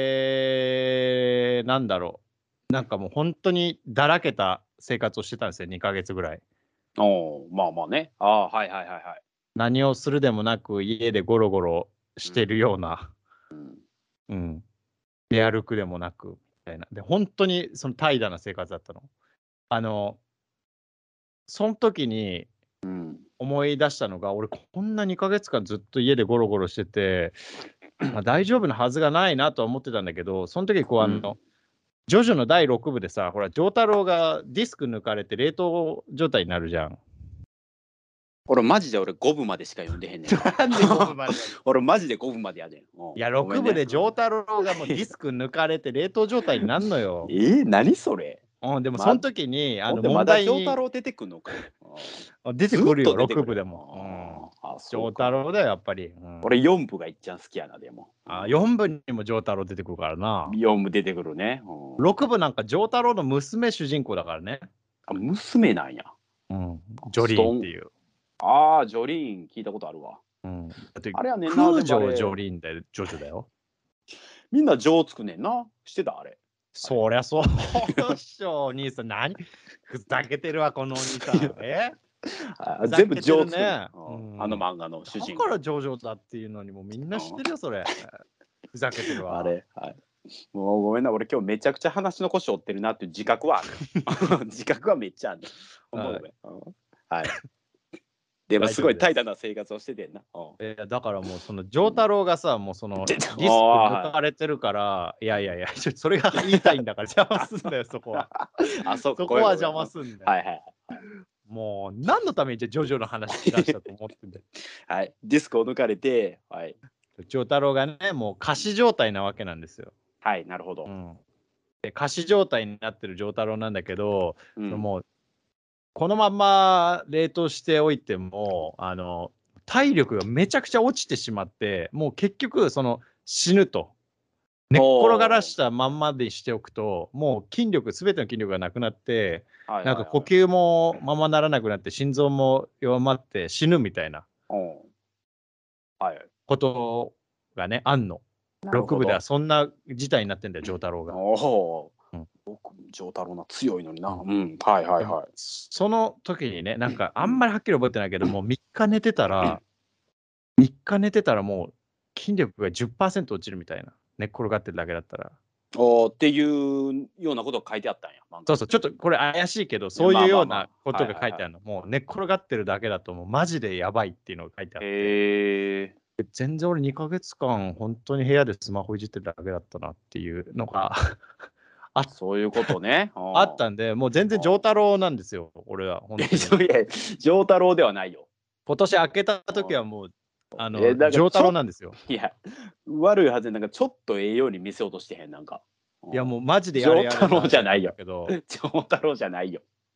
で、なんだろう、なんかもう本当にだらけた生活をしてたんですよ、にかげつぐらい。 おお、まあまあね。ああ、はいはいはいはい。 何をするでもなく、家でゴロゴロしてるような、 うん。 うん、出歩くでもなく、みたいな。で、本当にその怠惰な生活だったの。あの、その時にうん。 思い出したのが、俺、こんなにかげつかんずっと家でゴロゴロしてて、まあ、大丈夫なはずがないなとは思ってたんだけど、その時こう、あの、ジョジョのだいろくぶでさ、ほら、丈太郎がディスク抜かれて冷凍状態になるじゃん。 俺マジで俺ごぶまでしか読んでへんねん。 なんでごぶまで俺マジでごぶまでやでん。うんいや、 ごめんねろくぶで丈太郎がもうディスク抜かれて冷凍状態になるのよ。 えー、何それ？ うん、でもまその時に、あのほんでま問題にだ丈太郎出てくんのかよ。 あ出てくるよ、 ずっと出てくるろくぶでも。うん。 あーあ、そう丈太か。 郎だよ、やっぱり。うん、 俺よんぶがいっちゃん好きやな、でも。 あよんぶにも丈太郎出てくるからな。 よんぶ出てくるね。うんろくぶなんか丈太郎の娘主人公だからね。 あ、娘なんや。 うん。ジョリーンっていう。 ああ、ジョリーン聞いたことあるわ。 うん、だってあれやねんな、 空城でもあれジョリーンだよ、ジョジョだよ。 みんなジョーつくねんな。してたあれ。 そりゃそうっしょ、お兄さん。何ふざけてるわ、このお兄さん。えあ全部ジョーつくねんね、 うんあの漫画の主人公。 だからジョジョだっていうのにもうみんな知ってるよ、それ。ふざけてるわ。 あれ、はい。もうごめんな、俺今日めちゃくちゃ話の腰折ってるなっていう自覚はある。自覚はめっちゃある。ほんまごめん。うんはい。でもすごい怠惰な生活をしててんな。うんえーだからもうその丈太郎がさ、もうそのディスクあー抜かれてるから、いやいやいや、ちょそれが言いたいんだから邪魔すんだよ、そこは。 あ、そうかそこは邪魔すんだよ。 はいはい。 もう何のためにじゃあジョジョの話し出したと思ってんだよ。 はい。ディスクを抜かれて、はい。 丈太郎がね、もう仮死状態なわけなんですよ。 はい、なるほど。 うん、で仮死状態になってる丈太郎なんだけど、 うんそのもうこのまま冷凍しておいてもあの体力がめちゃくちゃ落ちてしまって、もう結局その死ぬと。寝っ転がらしたまんまでしておくと、もう筋力、すべての筋力がなくなって、 はいはいはいなんか呼吸もままならなくなって、心臓も弱まって死ぬみたいなうんはい。 ことがね、あんの。ろくぶではそんな事態になってんだよ、丈太郎が。 おお。 うん僕、丈太郎な強いのにな。 ううん。はいはいでもはい。 その時にね、なんかあんまりはっきり覚えてないけど、もうみっか寝てたら、みっか寝てたらもう筋力がじゅっパーセント落ちるみたいな。寝っ転がってるだけだったら。 おーっていうようなことが書いてあったんや。漫画そうそう、ちょっとこれ怪しいけど、そういうようなことが書いてある。 るの。もう寝っ転がってるだけだと、もうマジでやばいっていうのが書いてあって、 へえ。 全然俺にかげつかん、本当に部屋でスマホいじってるだけだったなっていうのがあそういうことね。 あったんで、もう全然丈太郎なんですよ、俺は。本当にいや、丈太郎ではないよ。 今年明けた時はもう、あの、 えなんか丈太郎なんですよ。 いや、悪いはずで、なんかちょっとええように見せようとしてへん、なんか。 いや、もうマジでやれやれ丈太郎じゃないよだけど、 丈太郎じゃないよ。 い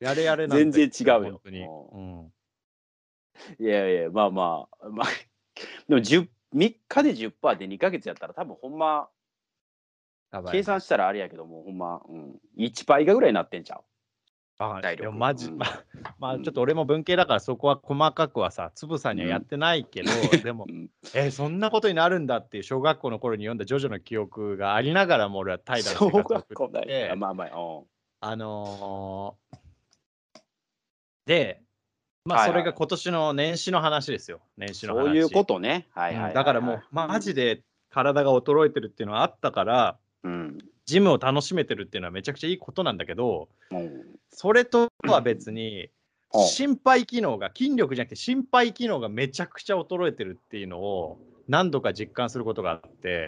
やれやれなん全然違うよ。 本当に。うん。 いやいや、まあまあ、まあ、でもじゅうみっかで じゅっパーセント でにかげつやったら多分ほんま、計算したらあれやけども、ほんま、うん、いちパー以下ぐらいになってんちゃう。 あ体力。 でもマジ、 うん、 まあ、まあ、ちょっと俺も文系だからそこは細かくはさ、つぶさにはやってないけど、うん、でも、うん、えー、そんなことになるんだっていう小学校の頃に読んだジョジョの記憶がありながらも俺は怠惰な生活を送って、 まあまあ、うん、 あのー、で、まあそれが今年の年始の話ですよ、年始の話。 そういうことね。はいはいはい、はい、うん。 だからもうマジで体が衰えてるっていうのはあったから、うん、ジムを楽しめてるっていうのはめちゃくちゃいいことなんだけど、うん、それとは別に、うん、心肺機能が、筋力じゃなくて心肺機能がめちゃくちゃ衰えてるっていうのを何度か実感することがあって。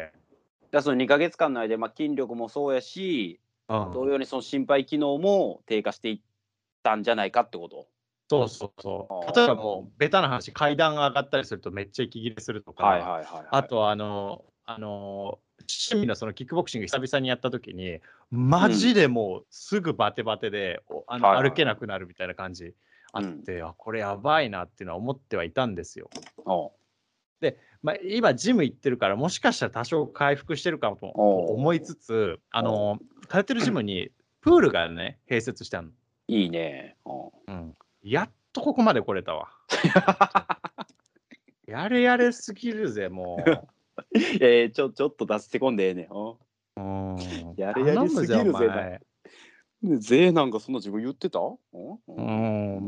だそのにかげつかんの間、まあ、筋力もそうやし、うん、同様にその心肺機能も低下していったんじゃないかってこと？ そうそうそう。例えばもうベタな話、階段上がったりするとめっちゃ息切れするとか、あとはあの、あの、趣味のそのキックボクシング久々にやった時に、マジでもうすぐバテバテで、うん、あの歩けなくなるみたいな感じあって、うん、あ、これやばいなっていうのは思ってはいたんですよ。で、まあ、今ジム行ってるからもしかしたら多少回復してるかもと思いつつ、あの、通ってるジムにプールがね、併設してあるの。 いいね。 うん。やっとここまで来れたわ。やれやれすぎるぜ、もう。えー、ちょ、ちょっと出してこんでええねん。 うん。 やれやれすぎるぜな。ぜなんかそんな自分言ってた？ うん、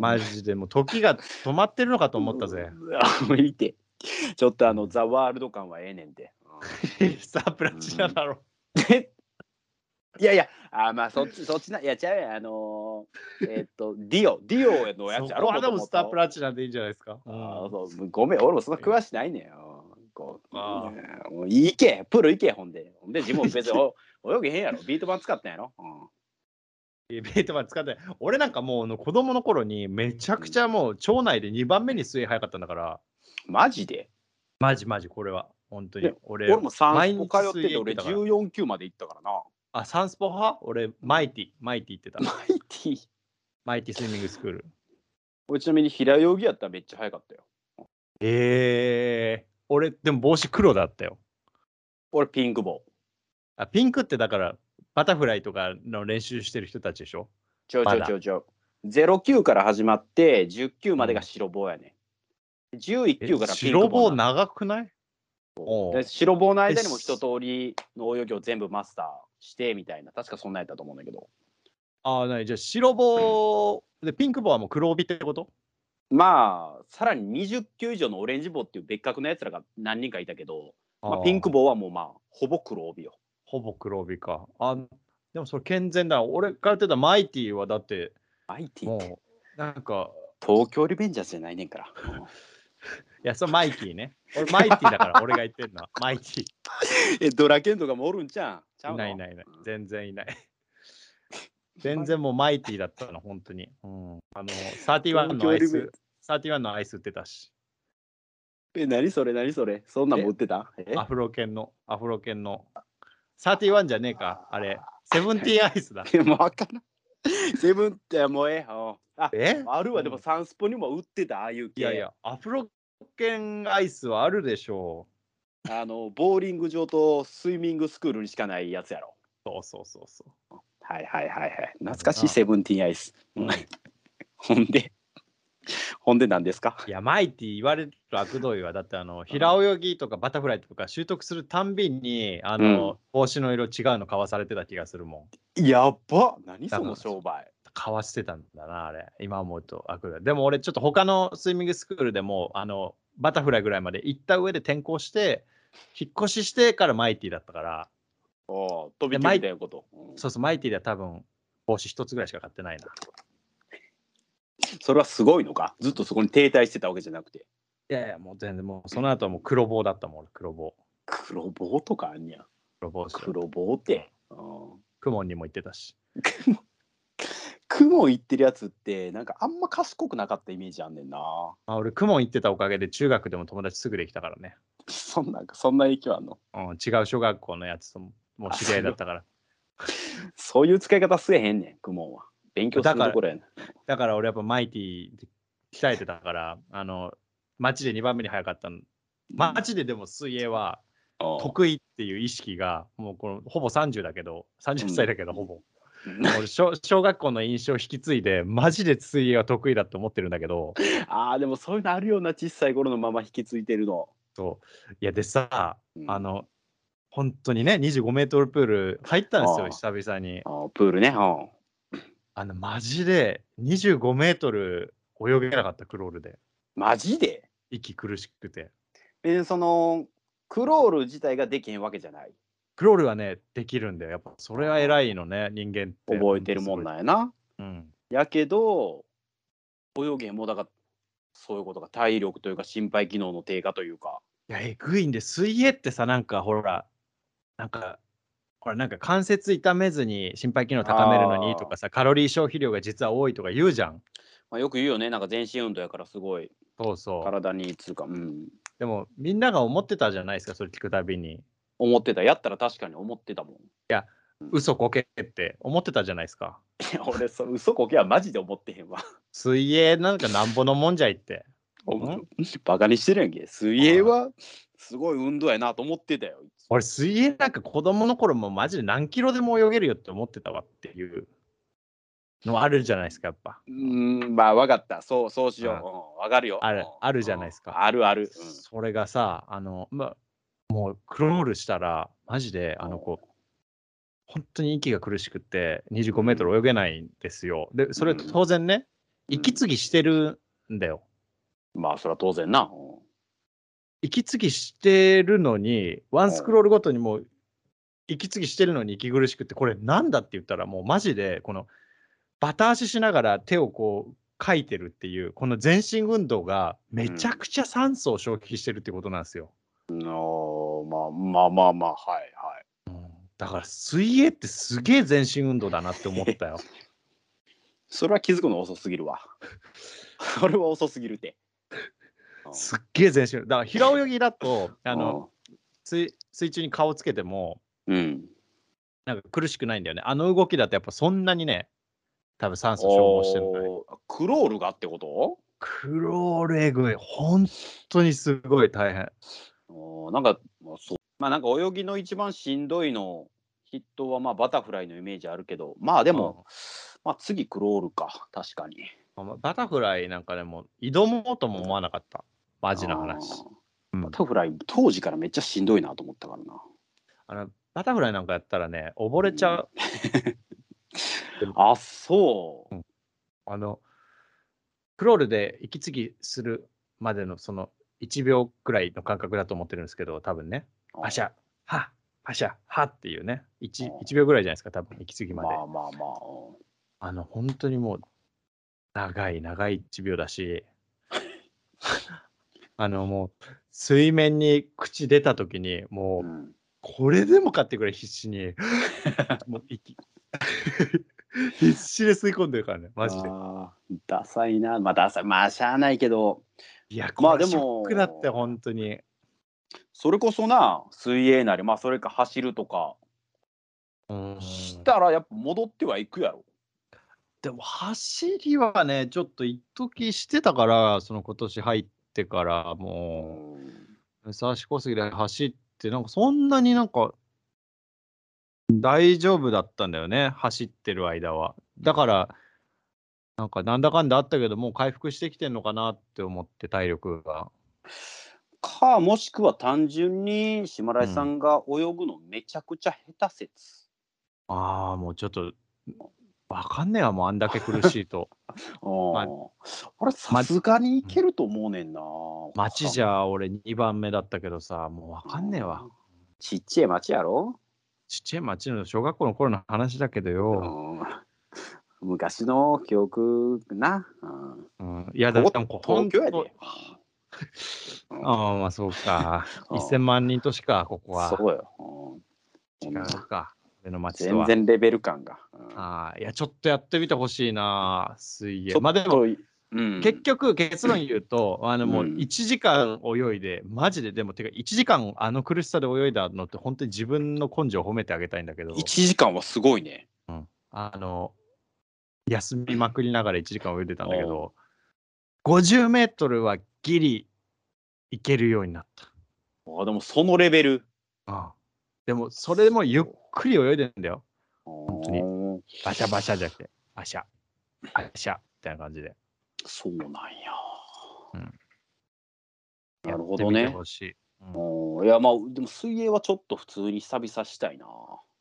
マジでもう時が止まってるのかと思ったぜ。 あ、いいて。ちょっとあの、ザ・ワールド感はええねんて。 さあ、プラチナだろ。 いやいや、あまあそっち、そっちな、いや、ちゃうやん、あのー、えー、っと、ディオ、ディオのやつやろ、 そこはでもスタープラチナでいいんじゃないですか。 ああ、そう、ごめん、俺もそんな詳しないねんよ。こう、ああ、もう行け、プール行け、ほんで。ほんで、自分別に泳げへんやろ、ビート板使ったんやろ。 うん、ビート板使って、俺なんかもう子供の頃にめちゃくちゃもう町内でにばんめに水泳早かったんだから。 マジで？ マジマジ、これは。本当に。 俺、俺もサンスポ通ってて、俺じゅうよん級まで行ったからな。 あ、サンスポ派？俺、マイティ、マイティ行ってた。 マイティマイティスイミングスクール。 俺ちなみに平泳ぎやったらめっちゃ早かったよ。 ええー、俺、でも帽子黒だったよ。 俺、ピンク帽。 あ、ピンクってだから、バタフライとかの練習してる人たちでしょ？ ちょちょちょちょ。ゼロ級から始まって、じゅっ級までが白棒やね。うん、じゅういっ級からピンク棒。 白棒長くない？ で白棒の間にも一通りの泳ぎを全部マスターしてみたいな、確かそんなんやったと思うんだけど。 ああ、なに、じゃあ白棒でピンク棒はもう黒帯ってこと？ まあ、さらににじゅっ級以上のオレンジ棒っていう別格のやつらが何人かいたけど、まあ、ピンク棒はもうまあ、ほぼ黒帯よ。 ほぼ黒帯か。あ、でもそれ健全だ。俺から言ってたマイティはだって、 マイティもう、なんか、 東京リベンジャーズじゃないねんから。 いや、それマイキーね。俺マイティだから、俺が言ってるのは。マイティ。 え、ドラケンとかもおるんちゃうん？いないいないいない。全然いない。全然もうマイティだったの、本当に。うん、あの、サーティワンのアイス、サーティワンのアイス売ってたし。 え、何それ何それそんなんも売ってた？ アフロ犬の、アフロ犬の。サーティワンじゃねえか、あれ。セブンティーンアイスだ。 もうわからん。セブンってもうええ。あ、 えあるわ、でもサンスポにも売ってた、ああいう系。 いやいや、アフロ犬アイスはあるでしょう。あの、ボーリング場とスイミングスクールにしかないやつやろ。 そうそうそうそう。 はいはいはいはい。懐かしいセブンティーンアイス。うん、ほんで、ほんで何ですか？ いや、マイティ言われる悪どいは、だってあの、平泳ぎとかバタフライとか習得するたんびに、あの、うん、帽子の色違うの買わされてた気がするもん。やっば、何その商売。 買わしてたんだな、あれ。今思うと悪どい。でも俺ちょっと他のスイミングスクールでも、あの、バタフライぐらいまで行った上で転校して、引っ越ししてからマイティだったから。 おお、飛び級みたいなこと。 うん、そうそう、マイティでは多分、帽子一つぐらいしか買ってないな。 それはすごいのか？ずっとそこに停滞してたわけじゃなくて。 いやいや、もう全然もう、その後はもう黒棒だったもん、黒棒。 黒棒とかあんにゃ。 黒棒黒棒って。 クモンにも行ってたし。 クモン行ってるやつって、なんかあんま賢くなかったイメージあんねんな。 あ、俺、クモン行ってたおかげで中学でも友達すぐできたからね。 そんな、そんな影響あんの？ うん、違う小学校のやつとも、もう知り合いだったから。 そういう使い方せえへんねん、クモンは。 勉強するところやな。 だから俺やっぱマイティ鍛えてたから、あの、街でにばんめに早かったの。街ででも水泳は得意っていう意識が、もうこのほぼさんじゅうだけど、さんじゅっさいだけど、ほぼ。俺小、小学校の印象を引き継いで、マジで水泳は得意だって思ってるんだけど。 ああ、でもそういうのあるような、小さい頃のまま引き継いでるの。 そう。いや、でさ、うん、あの、本当にね、にじゅうごメートルプール入ったんですよ、久々に。 ああ、プールね。ああの、マジでにじゅうごメートル泳げなかった、クロールで。 マジで？ 息苦しくて。 え、その、クロール自体ができへんわけじゃない？ クロールはね、できるんだよ。やっぱそれは偉いのね、人間って。 覚えてるもんなんやな。 うん。 やけど、泳げん、もうだから、そういうことが体力というか心肺機能の低下というか。 いや、えぐいんで、水泳ってさ、なんかほら、なんか、ほら、なんか関節痛めずに心肺機能高めるのにとかさ、カロリー消費量が実は多いとか言うじゃん。 まあ、よく言うよね、なんか全身運動やからすごい。 そうそう。 体につうか、うん。 でも、みんなが思ってたじゃないですか、それ聞くたびに。 思ってた。やったら確かに思ってたもん。いや、嘘こけって思ってたじゃないですか。 いや、俺、そ嘘こけはマジで思ってへんわ。 水泳なんかなんぼのもんじゃいって。 バカにしてるやんけ。水泳はすごい運動やなと思ってたよ。 俺、水泳なんか子供の頃もマジで何キロでも泳げるよって思ってたわっていうのあるじゃないですか、やっぱ。 うん、まあ分かった。そう、そうしよう。分かるよ。 ある、あるじゃないですか。 あるある。 それがさ、あの、ま、もうクロールしたら、マジで、あの子、本当に息が苦しくて、にじゅうごメートル泳げないんですよ。で、それ当然ね、息継ぎしてるんだよ。 まあ、それは当然な。 息継ぎしてるのに、ワンスクロールごとにもう、息継ぎしてるのに息苦しくて、これなんだって言ったら、もうマジで、この、バタ足しながら手をこう、かいてるっていう、この全身運動がめちゃくちゃ酸素を消費してるってことなんですよ。 の、まあまあまあまあ、はいはい。 うん、だから水泳ってすげえ全身運動だなって思ったよ。 それは気づくの遅すぎるわ。それは遅すぎるって。 すっげえ全身。だから平泳ぎだと、あの、水水中に顔つけても、 うん、 なんか苦しくないんだよね。あの動きだとやっぱそんなにね、多分酸素消耗してるのね。 クロールがってこと？ クロールえぐい。本当にすごい大変。 おなんか、まあ、そう。まあなんか泳ぎの一番しんどいの筆頭はまあバタフライのイメージあるけど、まあでも、まあ次クロールか、確かに。 バタフライなんかでも挑もうとも思わなかった。マジな話。 バタフライ、当時からめっちゃしんどいなと思ったからな。 あのバタフライなんかやったらね、溺れちゃう。 あ、そう。 うん、あの、クロールで息継ぎするまでのそのいちびょうくらいの間隔だと思ってるんですけど、多分ね。パシャ、は、パシャ、はっていうね。1, 1秒ぐらいじゃないですか、多分息継ぎまで。 まあまあまあ。あの、本当にもう、長い長いいちびょうだし、あのもう、水面に口出た時に、もう、うん、これでもかってぐらい必死に、もう息、必死で吸い込んでるからね、マジで。 あダサいな。まあダサい。まあしゃあないけど。 いや、これショックだって、本当に。 それこそな、水泳なり、まあそれか走るとか、したらやっぱ戻ってはいくやろ。 でも走りはね、ちょっと一時してたから、その今年入ってからもう、武蔵小杉で走って、なんかそんなになんか、大丈夫だったんだよね、走ってる間は。だから、なんかなんだかんだあったけど、もう回復してきてんのかなって思って、体力が。 か、もしくは単純に島田さんが泳ぐのめちゃくちゃ下手説。 うん、ああ、もうちょっと、わかんねえわ、もうあんだけ苦しいと。 まあ、あれ、さすがにいけると思うねんな。 町じゃ俺にばんめだったけどさ、もうわかんねえわ。 ちっちゃい町やろ？ ちっちゃい町の小学校の頃の話だけどよ。 昔の記憶な。 うん、いや、だから東京やで。 ああ、まあそうか。せんまんにん都市か、ここは。 そうよ。 違うか。俺の町とは。 全然レベル感が。 ああ、いや、ちょっとやってみてほしいな、水泳。まあでも、うん、結局、結論言うと、あのもういちじかん泳いで、マジで、でも、てかいちじかんあの苦しさで泳いだのって、本当に自分の根性を褒めてあげたいんだけど。 いちじかんはすごいね。 うん。あの、 休みまくりながらいちじかん泳いでたんだけど、ごじゅうメートルはギリいけるようになった。 あでもそのレベル。 ああでもそれもゆっくり泳いでるんだよ。本当に。バシャバシャじゃなくて、バシャ、バシャみたいな感じで。 そうなんや。 うん、 なるほどね。 やってみてほしい。 うん、いやまあでも水泳はちょっと普通に久々したいな。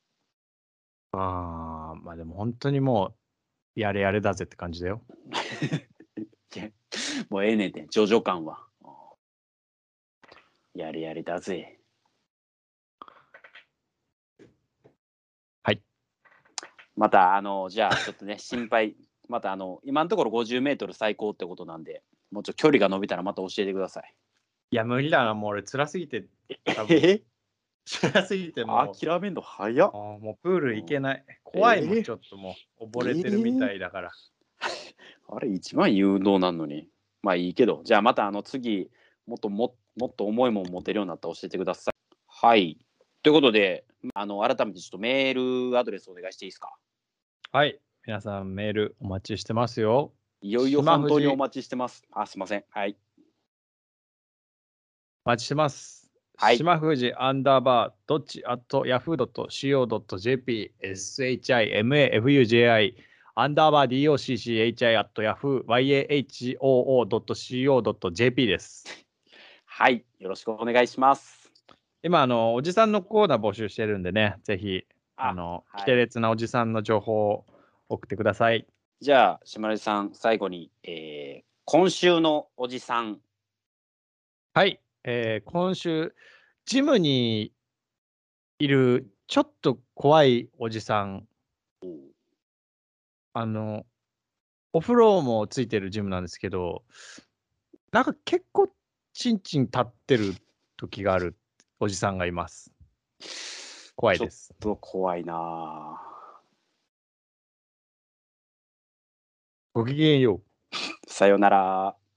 ああ、まあでも本当にもうやれやれだぜって感じだよ。 もうええねんて、ジョジョ感は。やれやれだぜ。 はい。 またあのじゃあちょっとね心配。またあの今のところごじゅうメートル最高ってことなんで、もうちょっと距離が伸びたらまた教えてください。 いや無理だな、もう俺辛すぎて。多分え辛すぎてもう。 諦めんの早っ。 あもうプール行けない。怖いもん、 えー、 ちょっともう溺れてるみたいだから。 えー、あれ一番有能なのに。まあいいけど、じゃあまたあの次もっとももっと重いもん持てるようになったら教えてください。はい。ということで、あの改めてちょっとメールアドレスお願いしていいですか。 はい。皆さんメールお待ちしてますよ。 いよいよ本当にお待ちしてます。あ、すいません。はい。 お待ちしてます。 はい。 島富士アンダーバーどっち at yahoo.co.jp shima fuji アンダーバー docchi at yahoo yahoo.co.jp です。 はい。よろしくお願いします。 今、あの、おじさんのコーナー募集してるんでね、ぜひ、あの、 はい、 規定列なおじさんの情報を送ってください。 じゃあ、島根さん、最後に、えー、今週のおじさん。 はい、えー、今週、ジムにいるちょっと怖いおじさん、あの、お風呂もついてるジムなんですけど、なんか結構、ちんちん立ってる時があるおじさんがいます。怖いです。 ちょっと怖いな。 ごきげんよう。 さよなら。